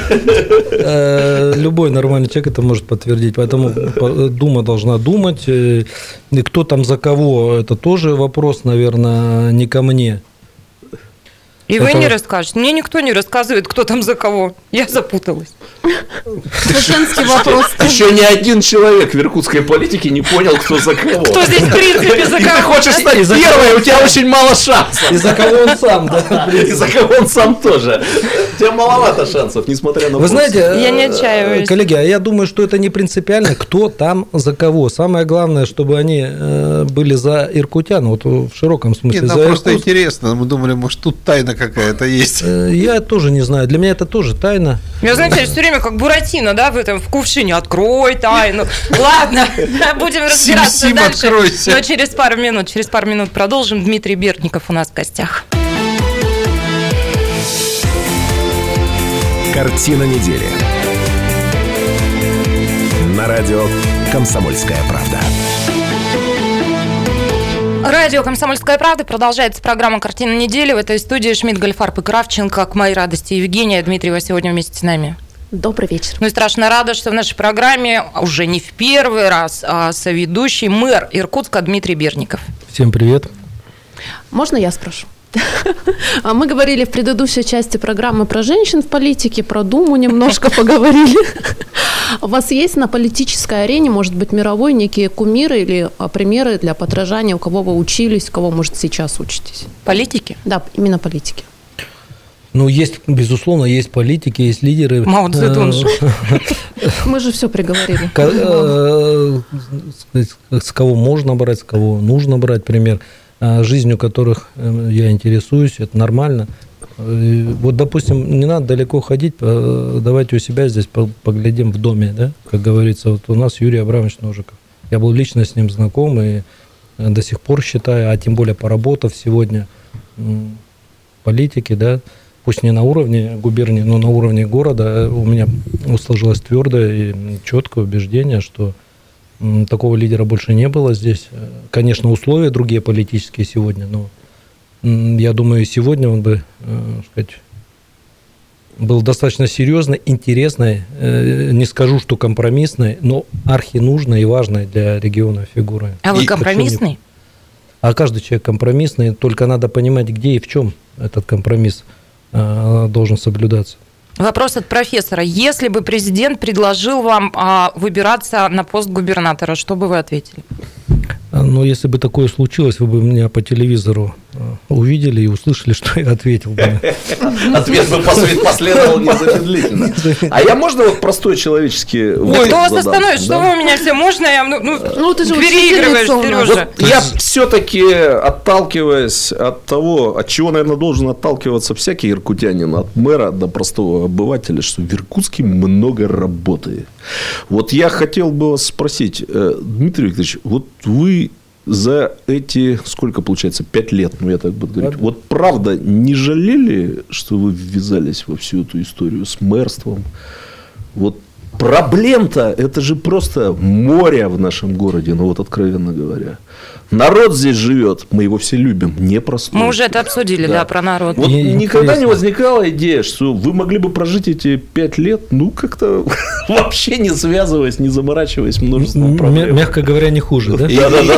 Любой нормальный человек это может подтвердить. Поэтому Дума должна думать. И кто там за кого, это тоже вопрос, наверное, не ко мне. И это... вы не расскажете. Мне никто не рассказывает, кто там за кого. Я запуталась. Женский вопрос. Еще ни один человек в иркутской политике не понял, кто за кого. Кто здесь в принципе за кого. И ты хочешь стать первой, у тебя очень мало шансов. И за кого он сам, да? И за кого он сам тоже. У тебя маловато шансов, несмотря на... Вы знаете, я не отчаиваюсь. Коллеги, а я думаю, что это не принципиально, кто там за кого. Самое главное, чтобы они были за иркутян, вот в широком смысле. Нет, нам просто интересно. Мы думали, может, тут тайна какая-то есть. Я тоже не знаю. Для меня это тоже тайна. Я, знаете, все время как Буратино, да, в этом в кувшине. Открой тайну. Ладно, будем разбираться Сим, дальше. Откройся. Но через пару минут, через пару минут продолжим. Дмитрий Бердников у нас в гостях. Картина недели. На радио «Комсомольская правда». Радио «Комсомольская правда». Продолжается программа «Картина недели». В этой студии Шмидт, Гольфарб и Кравченко. К моей радости Евгения Дмитриева сегодня вместе с нами. Добрый вечер. Ну и страшно рада, что в нашей программе уже не в первый раз а соведущий мэр Иркутска Дмитрий Берников. Всем привет. Можно я спрошу? Мы говорили в предыдущей части программы про женщин в политике, про Думу немножко поговорили. У вас есть на политической арене, может быть, мировой, некие кумиры или примеры для подражания, у кого вы учились, у кого, может, сейчас учитесь? Политики? Да, именно политики. Ну, есть, безусловно, есть политики, есть лидеры. Мао Цзэдун же. Мы же все приговорили. С кого можно брать, с кого нужно брать пример. Жизнью которых я интересуюсь, это нормально. Вот, допустим, не надо далеко ходить, давайте у себя здесь поглядим в доме, да, как говорится. Вот у нас Юрий Абрамович Ножиков. Я был лично с ним знаком и до сих пор считаю, а тем более поработав сегодня в политике, да, пусть не на уровне губернии, но на уровне города, у меня сложилось твердое и четкое убеждение, что такого лидера больше не было здесь. Конечно, условия другие политические сегодня, но я думаю, сегодня он бы, так сказать, был достаточно серьезной, интересной, не скажу, что компромиссной, но архинужной и важной для региона фигурой. А вы компромиссный? А каждый человек компромиссный, только надо понимать, где и в чем этот компромисс должен соблюдаться. Вопрос от профессора. Если бы президент предложил вам а, выбираться на пост губернатора, что бы вы ответили? Ну, если бы такое случилось, вы бы меня по телевизору увидели и услышали, что я ответил бы. Ответ бы последовал незамедлительно. А я можно вот простой человеческий вопрос? Кто вас остановит? Что вы у меня все можно? Я, ну, ну, ты же переигрываешь, Сережа. Вот я все-таки, отталкиваясь от того, от чего, наверное, должен отталкиваться всякий иркутянин, от мэра до простого обывателя, что в Иркутске много работы. Вот я хотел бы вас спросить, Дмитрий Викторович, вот вы за эти, сколько получается, пять лет, ну я так буду говорить, вот правда не жалели, что вы ввязались во всю эту историю с мэрством? Вот проблем-то, это же просто море в нашем городе, ну вот откровенно говоря. Народ здесь живет, мы его все любим, непростой. Мы уже это обсудили, да, да про народ. Вот и никогда интересно. Не возникала идея, что вы могли бы прожить эти пять лет, ну, как-то вообще не связываясь, не заморачиваясь множеством проблем. Мягко говоря, не хуже, да? И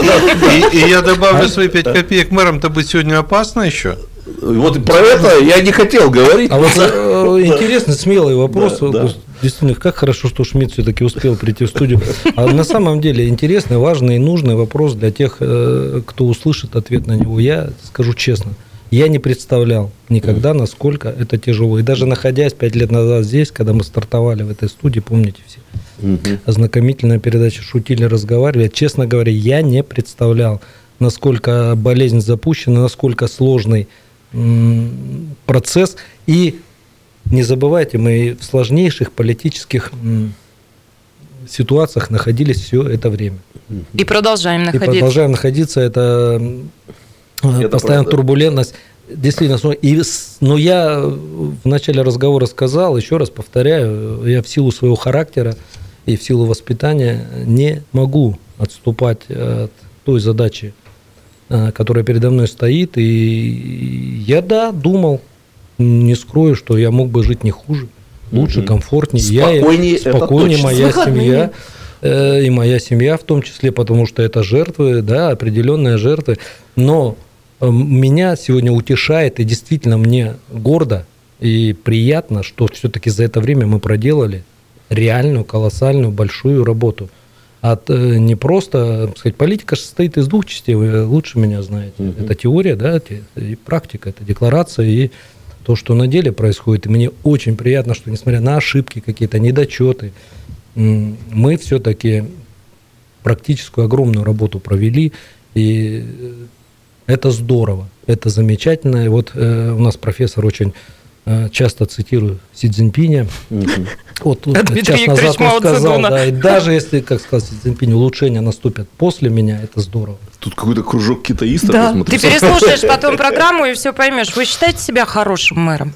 я добавлю свои пять копеек, мэром-то быть сегодня опасно еще. Вот про это я не хотел говорить. А вот интересный, смелый вопрос. Да, да. Действительно, как хорошо, что Шмидт все-таки успел прийти в студию. А на самом деле интересный, важный и нужный вопрос для тех, кто услышит ответ на него. Я скажу честно, я не представлял никогда, насколько это тяжело. И даже находясь пять лет назад здесь, когда мы стартовали в этой студии, помните все, угу. Ознакомительная передача, шутили, разговаривали. Честно говоря, я не представлял, насколько болезнь запущена, насколько сложный процесс. И не забывайте, мы в сложнейших политических ситуациях находились все это время. И продолжаем находиться. И продолжаем находиться. Это, это постоянно правда. Турбулентность. Действительно, и, но я в начале разговора сказал, еще раз повторяю, я в силу своего характера и в силу воспитания не могу отступать от той задачи, которая передо мной стоит. И я, да, думал, не скрою, что я мог бы жить не хуже, лучше, угу. комфортнее. Спокойнее, я, спокойнее моя семья, э, и моя семья в том числе, потому что это жертвы, да, определенные жертвы. Но э, меня сегодня утешает, и действительно мне гордо и приятно, что все-таки за это время мы проделали реальную, колоссальную, большую работу. От, э, не просто, так сказать, политика состоит из двух частей, вы лучше меня знаете. Угу. Это теория, да, и практика, это декларация и то, что на деле происходит. И мне очень приятно, что несмотря на ошибки какие-то, недочеты, мы все-таки практическую огромную работу провели, и это здорово, это замечательно. И вот э, у нас профессор очень э, часто цитирует Си Цзиньпиня. Mm-hmm. Вот час назад он сказал, да, и даже если, как сказал Си Цзиньпинь, улучшения наступят после меня, это здорово. Тут какой-то кружок китаистов. Да. Ты переслушаешь потом программу и все поймешь. Вы считаете себя хорошим мэром?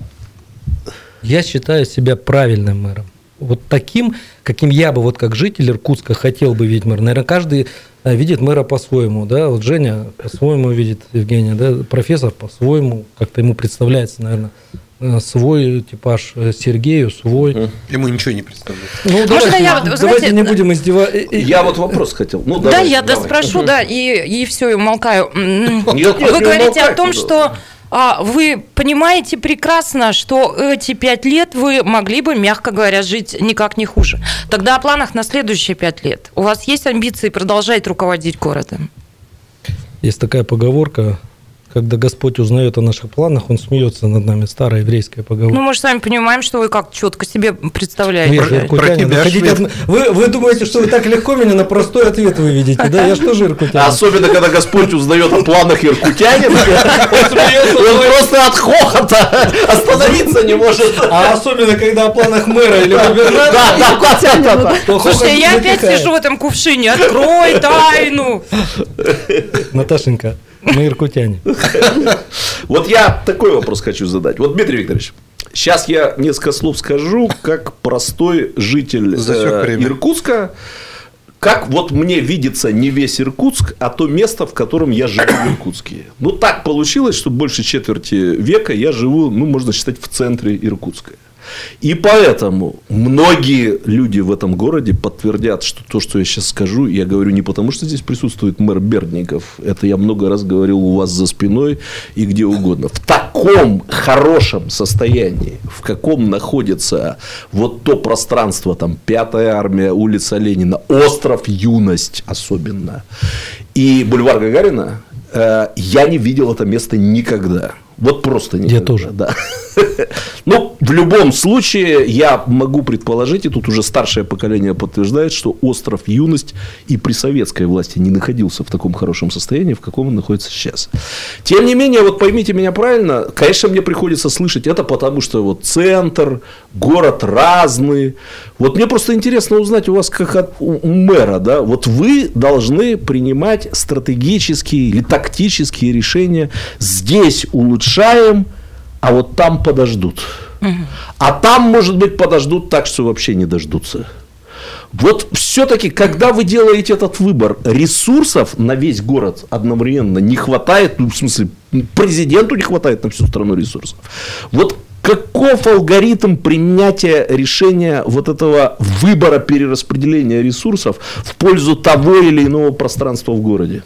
Я считаю себя правильным мэром. Вот таким, каким я бы, вот как житель Иркутска, хотел бы видеть мэра. Наверное, каждый видит мэра по-своему, да, вот Женя по-своему видит Евгения, да, профессор по-своему, как-то ему представляется, наверное, свой типаж, Сергею свой. Ему ничего не представляет. Ну, давайте, я, вот, давайте знаете, не будем издеваться. Я вот вопрос хотел. Ну, да, давай, я давай. да спрошу, да, и, и все, и умолкаю. Нет, Вы нет, говорите умолкайте, о том, да. что а, вы понимаете прекрасно, что эти пять лет вы могли бы, мягко говоря, жить никак не хуже. Тогда о планах на следующие пять лет. У вас есть амбиции продолжать руководить городом? Есть такая поговорка. Когда Господь узнает о наших планах, Он смеется над нами. Старая еврейская поговорка. Ну, мы же сами понимаем, что вы как четко себе представляете. Вы, же про тебя, от... вы, вы думаете, что вы так легко меня на простой ответ выведете, да? Я же тоже иркутянин. Особенно, когда Господь узнает о планах иркутянина, он смеется, он просто от хохота остановиться не может. А особенно, когда о планах мэра или губернатора. Слушайте, я опять сижу в этом кувшине. Открой тайну. Наташенька, мы иркутяне. Вот я такой вопрос хочу задать. Вот, Дмитрий Викторович, сейчас я несколько слов скажу, как простой житель э, Иркутска, как вот мне видится не весь Иркутск, а то место, в котором я живу в Иркутске. Ну, так получилось, что больше четверти века я живу, ну, можно считать, в центре Иркутска. И поэтому многие люди в этом городе подтвердят, что то, что я сейчас скажу, я говорю не потому, что здесь присутствует мэр Бердников. Это я много раз говорил у вас за спиной и где угодно. В таком хорошем состоянии, в каком находится вот то пространство, там, Пятая армия, улица Ленина, остров Юность особенно, и бульвар Гагарина, э, я не видел это место никогда. Вот просто никогда. Я тоже. Да. Ну, в любом случае, я могу предположить, и тут уже старшее поколение подтверждает, что остров Юность и при советской власти не находился в таком хорошем состоянии, в каком он находится сейчас. Тем не менее, вот поймите меня правильно, конечно, мне приходится слышать это, потому что вот центр, город разный. Вот мне просто интересно узнать у вас, как от у мэра, да, вот вы должны принимать стратегические или тактические решения. Здесь улучшаем, а вот там подождут. Угу. А там, может быть, подождут так, что вообще не дождутся. Вот все-таки, когда вы делаете этот выбор, ресурсов на весь город одновременно не хватает, ну, в смысле, президенту не хватает на всю страну ресурсов. Вот каков алгоритм принятия решения вот этого выбора перераспределения ресурсов в пользу того или иного пространства в городе?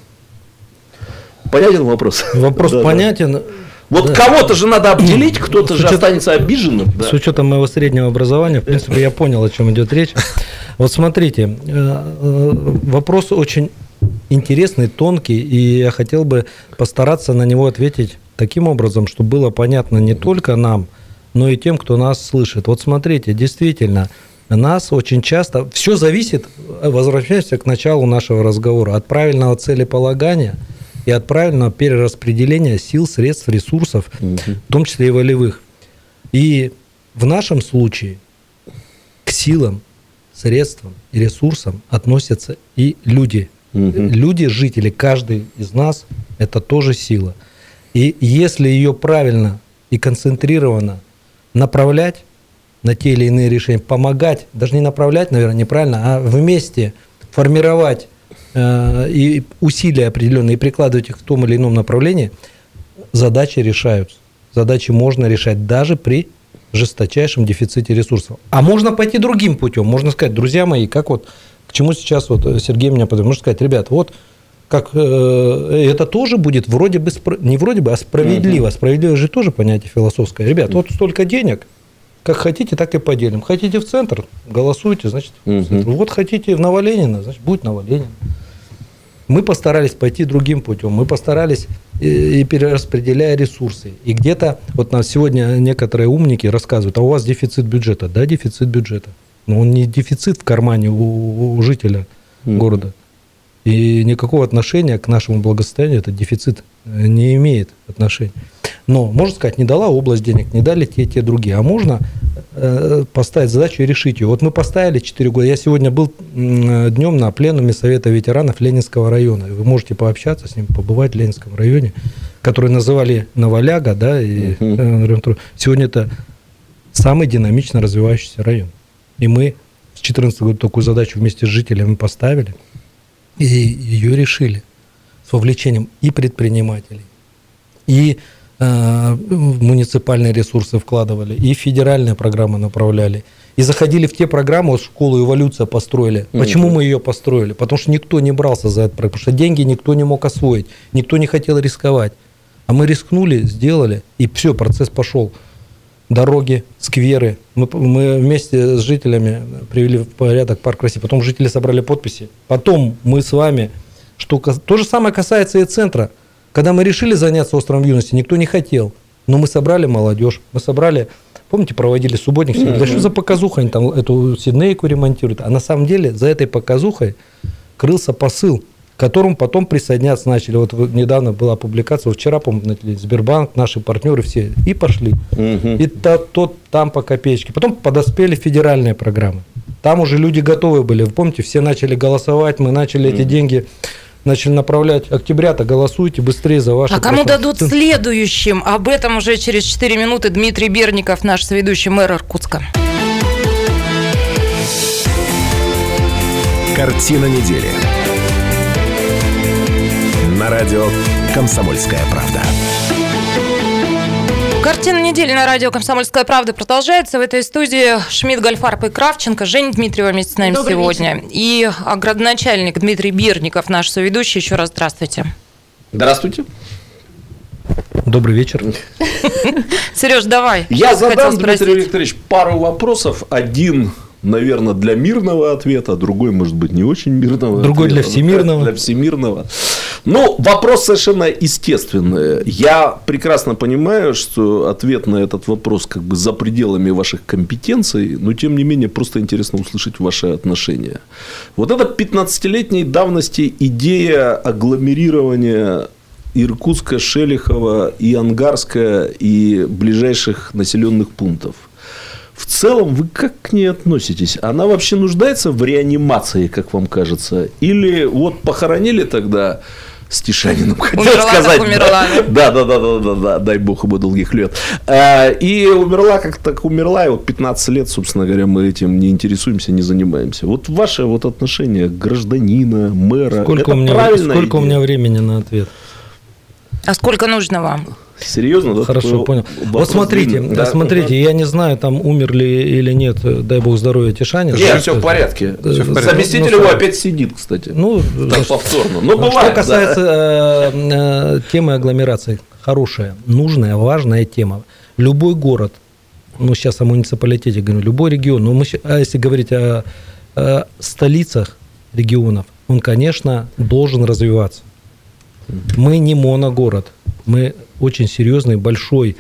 Понятен вопрос? Вопрос да, понятен. Да. Вот да. Кого-то же надо обделить, кто-то же останется обиженным. Да. С учетом моего среднего образования, в принципе, я понял, о чем идет речь. Вот смотрите, вопрос очень интересный, тонкий, и я хотел бы постараться на него ответить таким образом, чтобы было понятно не только нам, но и тем, кто нас слышит. Вот смотрите, действительно, нас очень часто... Все зависит, возвращаемся к началу нашего разговора, от правильного целеполагания и от правильного перераспределения сил, средств, ресурсов, угу. в том числе и волевых. И в нашем случае к силам, средствам и ресурсам относятся и люди. Угу. Люди, жители, каждый из нас – это тоже сила. И если ее правильно и концентрированно направлять на те или иные решения, помогать, даже не направлять, наверное, неправильно, а вместе формировать и усилия определенные, и прикладывать их в том или ином направлении, задачи решаются. Задачи можно решать даже при жесточайшем дефиците ресурсов. А можно пойти другим путем. Можно сказать, друзья мои, как вот, к чему сейчас вот Сергей меня подумал, можно сказать, ребят, вот как э, это тоже будет вроде бы, не вроде бы, а справедливо. Uh-huh. Справедливо же тоже понятие философское. Ребят, uh-huh. вот столько денег, как хотите, так и поделим. Хотите в центр, голосуйте, значит, uh-huh. в центр. Вот хотите в Новоленина, значит, будет Новоленина. Мы постарались пойти другим путем. Мы постарались, и, и перераспределяя ресурсы. И где-то, вот нам сегодня некоторые умники рассказывают, а у вас дефицит бюджета. Да, дефицит бюджета. Но он не дефицит в кармане у, у жителя uh-huh. города. И никакого отношения к нашему благосостоянию этот дефицит не имеет отношения. Но, можно сказать, не дала область денег, не дали те, те другие. А можно э, поставить задачу и решить ее. Вот мы поставили четыре года. Я сегодня был э, днем на пленуме Совета ветеранов Ленинского района. Вы можете пообщаться с ним, побывать в Ленинском районе, который называли Новоляга. Да, и, uh-huh. э, сегодня это самый динамично развивающийся район. И мы с две тысячи четырнадцатого года такую задачу вместе с жителями поставили. И ее решили с вовлечением и предпринимателей, и э, муниципальные ресурсы вкладывали, и федеральные программы направляли. И заходили в те программы, вот школу «Эволюция» построили. Почему мы ее построили? Потому что никто не брался за это, потому что деньги никто не мог освоить, никто не хотел рисковать. А мы рискнули, сделали, и все, процесс пошел. Дороги, скверы. Мы, мы вместе с жителями привели в порядок парк России. Потом жители собрали подписи. Потом мы с вами... Что, то же самое касается и центра. Когда мы решили заняться островом юности, никто не хотел. Но мы собрали молодежь, мы собрали... Помните, проводили субботник? Mm-hmm. Да что за показуха? Они там эту Сиднейку ремонтируют. А на самом деле за этой показухой крылся посыл, к которому потом присоединяться начали. Вот недавно была публикация, вчера, по-моему, Сбербанк, наши партнеры все, и пошли. Mm-hmm. И тот, тот там по копеечке. Потом подоспели федеральные программы. Там уже люди готовы были. Вы помните, все начали голосовать, мы начали mm-hmm. эти деньги... начали направлять. Октября-то голосуйте быстрее за ваши... А кому дадут следующим? Об этом уже через четыре минуты Дмитрий Берников, наш соведущий, мэр Иркутска. Картина недели. На радио «Комсомольская правда». Картина недели на радио «Комсомольская правда» продолжается. В этой студии Шмидт, Гольфарб и Кравченко. Женя Дмитриева вместе с нами Добрый сегодня. Вечер. И градоначальник Дмитрий Берников, наш соведущий. Еще раз здравствуйте. Здравствуйте. Добрый вечер. Сереж, давай. Я задам, Дмитрий Викторович, пару вопросов. Один, наверное, для мирного ответа, другой, может быть, не очень мирного. Другой ответа, для всемирного. Для всемирного. Ну, вопрос совершенно естественный. Я прекрасно понимаю, что ответ на этот вопрос как бы за пределами ваших компетенций, но тем не менее просто интересно услышать ваши отношения. Вот эта пятнадцатилетней давности идея агломерирования Иркутска, Шелихова и Ангарска и ближайших населенных пунктов. В целом, вы как к ней относитесь? Она вообще нуждается в реанимации, как вам кажется? Или вот похоронили тогда с Тишаниным, хотел умерла, сказать. Так умерла. Да, да, да, да, да, да, дай бог ему долгих лет. И умерла, как так умерла, и вот пятнадцать лет, собственно говоря, мы этим не интересуемся, не занимаемся. Вот ваше вот отношение к гражданина, мэра, сколько это у меня, правильно? Сколько у меня времени на ответ? А сколько нужно вам? Серьезно, да? Хорошо, понял. Вот смотрите, да, смотрите, я не знаю, там умер ли или нет, дай бог здоровья, Тишанин. Нет, все в порядке. Все в порядке. Заместитель его опять сидит, кстати. Ну, так повторно. Но бывает, что касается да. э, э, темы агломерации, хорошая, нужная, важная тема. Любой город, ну сейчас о муниципалитете говорю, любой регион, но мы, а если говорить о, о столицах регионов, он, конечно, должен развиваться. Мы не моногород, мы очень серьезный, большой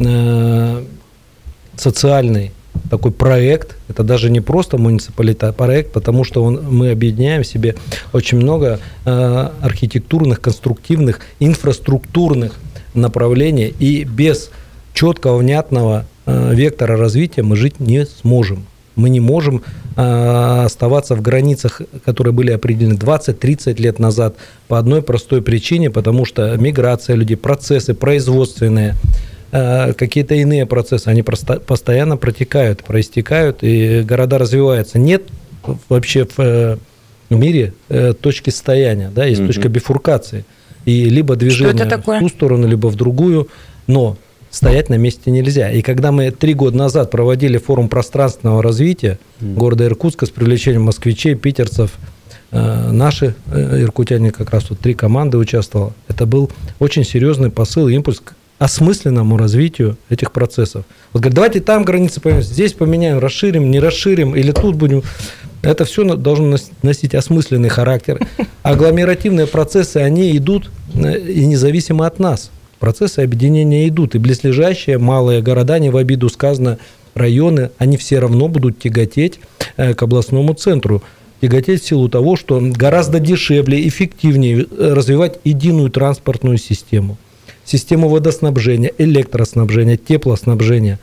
э, социальный такой проект. Это даже не просто муниципалитет, а проект, потому что он, мы объединяем в себе очень много э, архитектурных, конструктивных, инфраструктурных направлений. И без четкого, внятного э, вектора развития мы жить не сможем. Мы не можем э, оставаться в границах, которые были определены двадцать-тридцать лет назад по одной простой причине, потому что миграция людей, процессы производственные, э, какие-то иные процессы, они просто, постоянно протекают, проистекают, и города развиваются. Нет вообще в, э, в мире э, точки стояния, да, есть mm-hmm. точка бифуркации. И либо движение в ту сторону, либо в другую, но стоять на месте нельзя. И когда мы три года назад проводили форум пространственного развития mm. города Иркутска с привлечением москвичей, питерцев, э, наши э, иркутяне, как раз тут три команды участвовало, это был очень серьезный посыл и импульс к осмысленному развитию этих процессов. Вот говорят, давайте там границы поменяем, здесь поменяем, расширим, не расширим, или тут будем... Это все должно носить осмысленный характер. Агломеративные процессы, они идут и независимо от нас. Процессы объединения идут, и близлежащие малые города, не в обиду сказано, районы, они все равно будут тяготеть к областному центру. Тяготеть в силу того, что гораздо дешевле, эффективнее развивать единую транспортную систему. Систему водоснабжения, электроснабжения, теплоснабжения.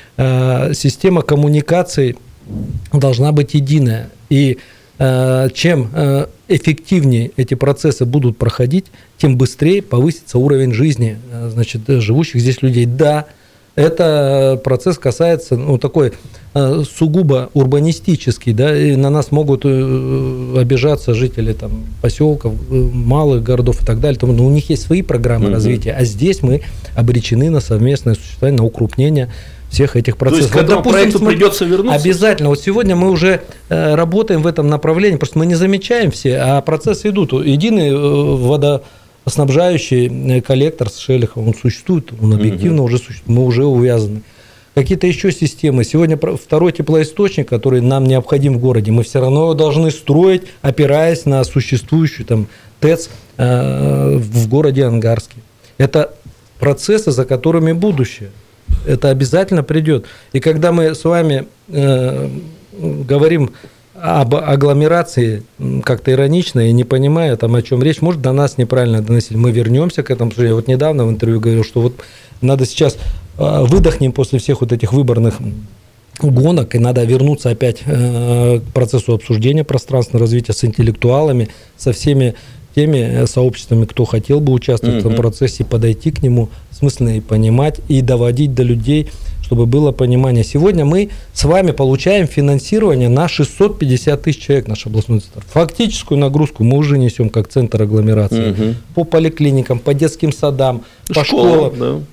Система коммуникаций должна быть единая. И чем эффективнее эти процессы будут проходить, тем быстрее повысится уровень жизни, значит, живущих здесь людей. Да, это процесс касается, ну, такой э, сугубо урбанистический, да, и на нас могут э, обижаться жители там поселков, э, малых городов и так далее. Но у них есть свои программы mm-hmm. развития, а здесь мы обречены на совместное существование, на укрупнение всех этих процессов. То есть, к этому вот, допустим, проекту придется вернуться? Обязательно. Вот сегодня мы уже э, работаем в этом направлении, просто мы не замечаем все, а процессы идут. Единый э, водоснабжающий коллектор с Шелиховым, он существует, он объективно угу. уже существует, мы уже увязаны. Какие-то еще системы. Сегодня второй теплоисточник, который нам необходим в городе, мы все равно его должны строить, опираясь на существующую там ТЭЦ э, в городе Ангарске. Это процессы, за которыми будущее. Это обязательно придет. И когда мы с вами э, говорим об агломерации как-то иронично и не понимая, там, о чем речь, может, до нас неправильно доносить. Мы вернемся к этому. Я вот недавно в интервью говорил, что вот надо сейчас э, выдохнем после всех вот этих выборных гонок, и надо вернуться опять э, к процессу обсуждения пространственного развития с интеллектуалами, со всеми теми сообществами, кто хотел бы участвовать mm-hmm. в этом процессе, подойти к нему, смысленно и понимать, и доводить до людей, чтобы было понимание. Сегодня мы с вами получаем финансирование на шестьсот пятьдесят тысяч человек, наш областной центр. Фактическую нагрузку мы уже несем как центр агломерации. Mm-hmm. По поликлиникам, по детским садам, по Школа, школам. Да.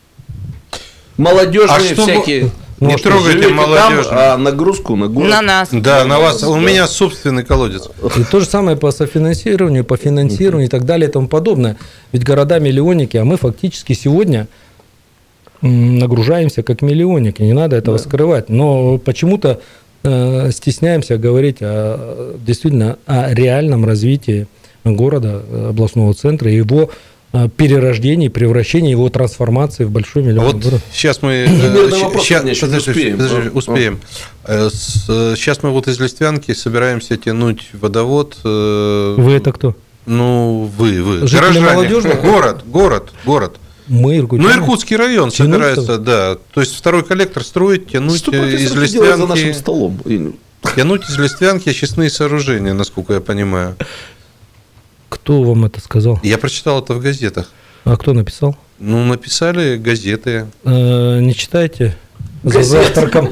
Молодежные а всякие... Ну, не трогайте молодежь. А нагрузку на город. На нас. Да, на вас. У меня собственный колодец. И то же самое по софинансированию, по финансированию и так далее и тому подобное. Ведь города-миллионники, а мы фактически сегодня нагружаемся как миллионники. Не надо этого да. скрывать. Но почему-то э, стесняемся говорить о, действительно о реальном развитии города, областного центра и его перерождении, превращении, его трансформации в большой миллионный вот город. Сейчас мы сейчас, подожди, успеем. Подожди, успеем. Сейчас мы вот из Листвянки собираемся тянуть водовод. Вы это кто? Ну, вы, вы. Жители молодежного? Город, город, город. Мы Иркутяне. Ну, Иркутский район тянуть собирается, что? Да. То есть второй коллектор строить, тянуть из Листвянки. За нашим столом. Тянуть из Листвянки очистные сооружения, насколько я понимаю. Кто вам это сказал? Я прочитал это в газетах. А кто написал? Ну, написали газеты. Э, не читайте? За завтраком.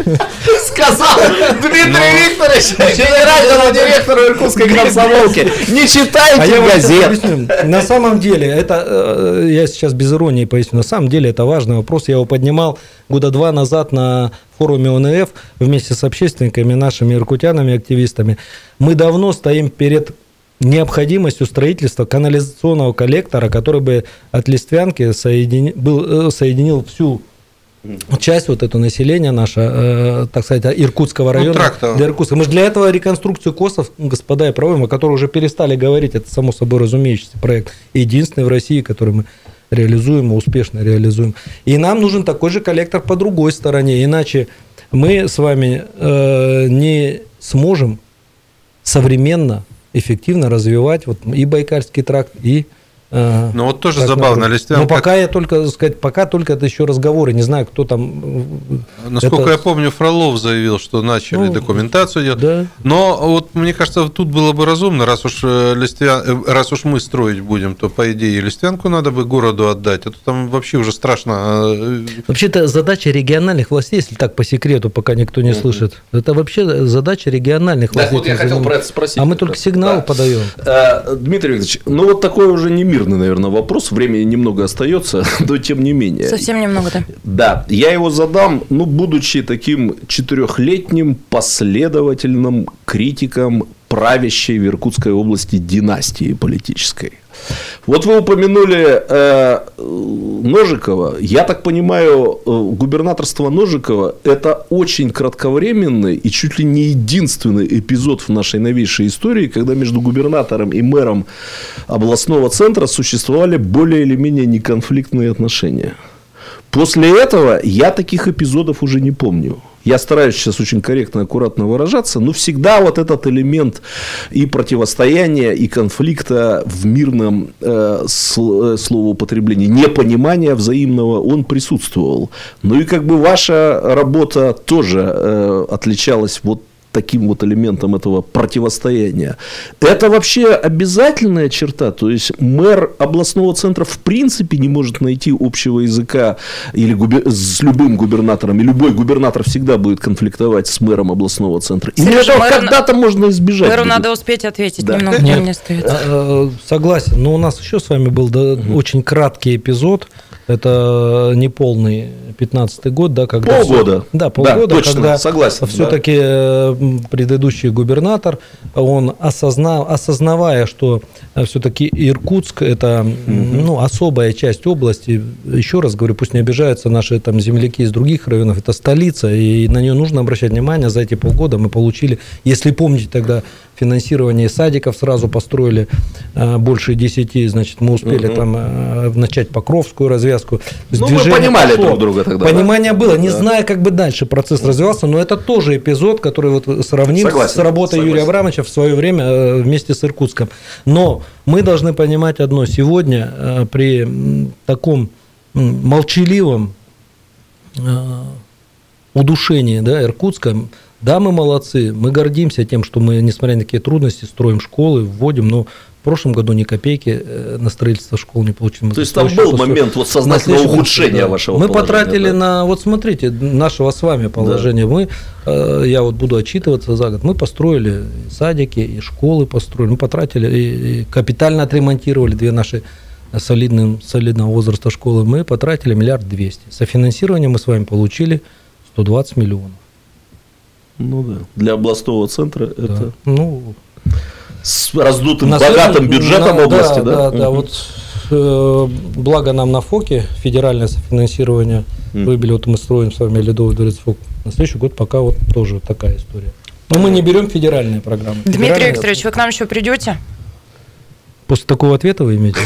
Сказал Дмитрий Викторович, генеральному директору Иркутской комсомолки. Не читайте газет. На самом деле, это, я сейчас без иронии поясню, на самом деле это важный вопрос. Я его поднимал года два назад на форуме О Н Ф вместе с общественниками, нашими иркутянами, активистами. Мы давно стоим перед необходимостью строительства канализационного коллектора, который бы от Листвянки соединил, был, соединил всю часть вот это население наше, э, так сказать, Иркутского района. Ну, для Иркутска. Мы же для этого реконструкцию КОСов, господа и правы, о которой уже перестали говорить, это само собой разумеющийся проект, единственный в России, который мы реализуем и успешно реализуем. И нам нужен такой же коллектор по другой стороне, иначе мы с вами э, не сможем современно, эффективно развивать вот и Байкальский тракт, и Ну вот тоже забавно, Листвянка. Но пока я только сказать, пока только это еще разговоры, не знаю, кто там. Насколько это... я помню, Фролов заявил, что начали ну, документацию делать. Да. Но вот мне кажется, тут было бы разумно, раз уж Листвян... раз уж мы строить будем, то по идее Листвянку надо бы городу отдать, а то там вообще уже страшно. Вообще-то задача региональных властей, если так по секрету, пока никто не слышит, это вообще задача региональных властей. Так вот я хотел про это спросить. А мы только сигнал да. подаем. Дмитрий Викторович, ну вот такой уже не мир. Наверное, вопрос. Времени немного остается, но тем не менее. Совсем немного, да. Да, я его задам, ну, будучи таким четырехлетним последовательным критиком правящей в Иркутской области династии политической. Вот вы упомянули э, Ножикова. Я так понимаю, губернаторство Ножикова – это очень кратковременный и чуть ли не единственный эпизод в нашей новейшей истории, когда между губернатором и мэром областного центра существовали более или менее неконфликтные отношения. После этого я таких эпизодов уже не помню. Я стараюсь сейчас очень корректно и аккуратно выражаться, но всегда вот этот элемент и противостояния, и конфликта в мирном э, словоупотреблении, непонимания взаимного, он присутствовал. Ну и как бы ваша работа тоже э, отличалась вот таким вот элементом этого противостояния. Это вообще обязательная черта, то есть мэр областного центра в принципе не может найти общего языка или губер... с любым губернатором, и любой губернатор всегда будет конфликтовать с мэром областного центра. И Сережа, этого мэру... когда-то можно избежать. Мэру будет. надо успеть ответить, Да. немного Нет, времени остается. э, согласен, но у нас еще с вами был да, угу. очень краткий эпизод, это неполный пятнадцатый год, да, когда полгода. Все, да, полгода, да, точно, когда согласен, все-таки да. предыдущий губернатор, он осознал, осознавая, что все-таки Иркутск это угу. ну, особая часть области, еще раз говорю, пусть не обижаются наши там земляки из других районов, это столица, и на нее нужно обращать внимание. За эти полгода мы получили, если помните, тогда финансирование садиков сразу построили э, больше десяти, значит, мы успели угу. там э, начать Покровскую развязку. Ну, мы понимали пошло. друг друга тогда. Понимание да? было, да. не зная, как бы дальше процесс развивался, но это тоже эпизод, который вот сравним согласен, с работой согласен. Юрия Абрамовича в свое время э, вместе с Иркутском. Но мы должны понимать одно, сегодня э, при э, таком э, молчаливом э, удушении, да, Иркутска, да, мы молодцы, мы гордимся тем, что мы, несмотря на такие трудности, строим школы, вводим, но в прошлом году ни копейки на строительство школ не получили. То есть там был момент вот сознательного ухудшения да. вашего Мы положения, потратили да? на, вот смотрите, нашего с вами положения, да. мы, я вот буду отчитываться за год, мы построили садики, и школы построили, мы потратили, и, и капитально отремонтировали две наши солидным, солидного возраста школы, мы потратили миллиард двести. Софинансирование мы с вами получили сто двадцать миллионов. Ну да. Для областного центра да. это ну, с раздутым богатым бюджетом на, области, да? Да, да, да. Угу. Вот э, благо нам на ФОКе федеральное софинансирование угу. выбили, вот мы строим с вами Ледовый дворец ФОК. На следующий год пока вот тоже такая история. Но мы не берем федеральные программы. Дмитрий Федеральные... Викторович, вы к нам еще придете? После такого ответа вы имеете?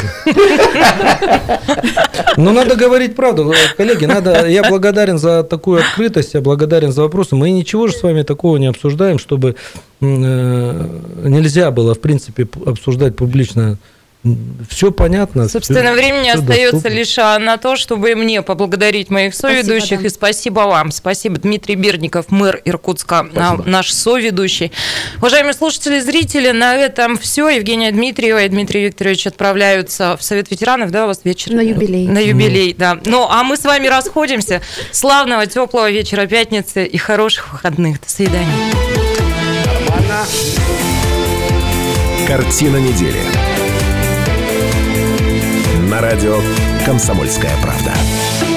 Ну, надо говорить правду, коллеги, надо, я благодарен за такую открытость, я благодарен за вопросы. Мы ничего же с вами такого не обсуждаем, чтобы э, нельзя было, в принципе, обсуждать публично. Все понятно. Собственно, все, времени все остается доступно. лишь на то, чтобы мне поблагодарить моих соведущих. Спасибо, да. И спасибо вам. Спасибо, Дмитрий Бердников, мэр Иркутска, спасибо. Наш соведущий. Уважаемые слушатели и зрители, на этом все. Евгения Дмитриева и Дмитрий Викторович отправляются в Совет ветеранов, да, у вас вечер? На юбилей. На юбилей, mm. да. Ну, а мы с вами расходимся. Славного, теплого вечера пятницы и хороших выходных. До свидания. Нормально. Картина недели. На радио «Комсомольская правда».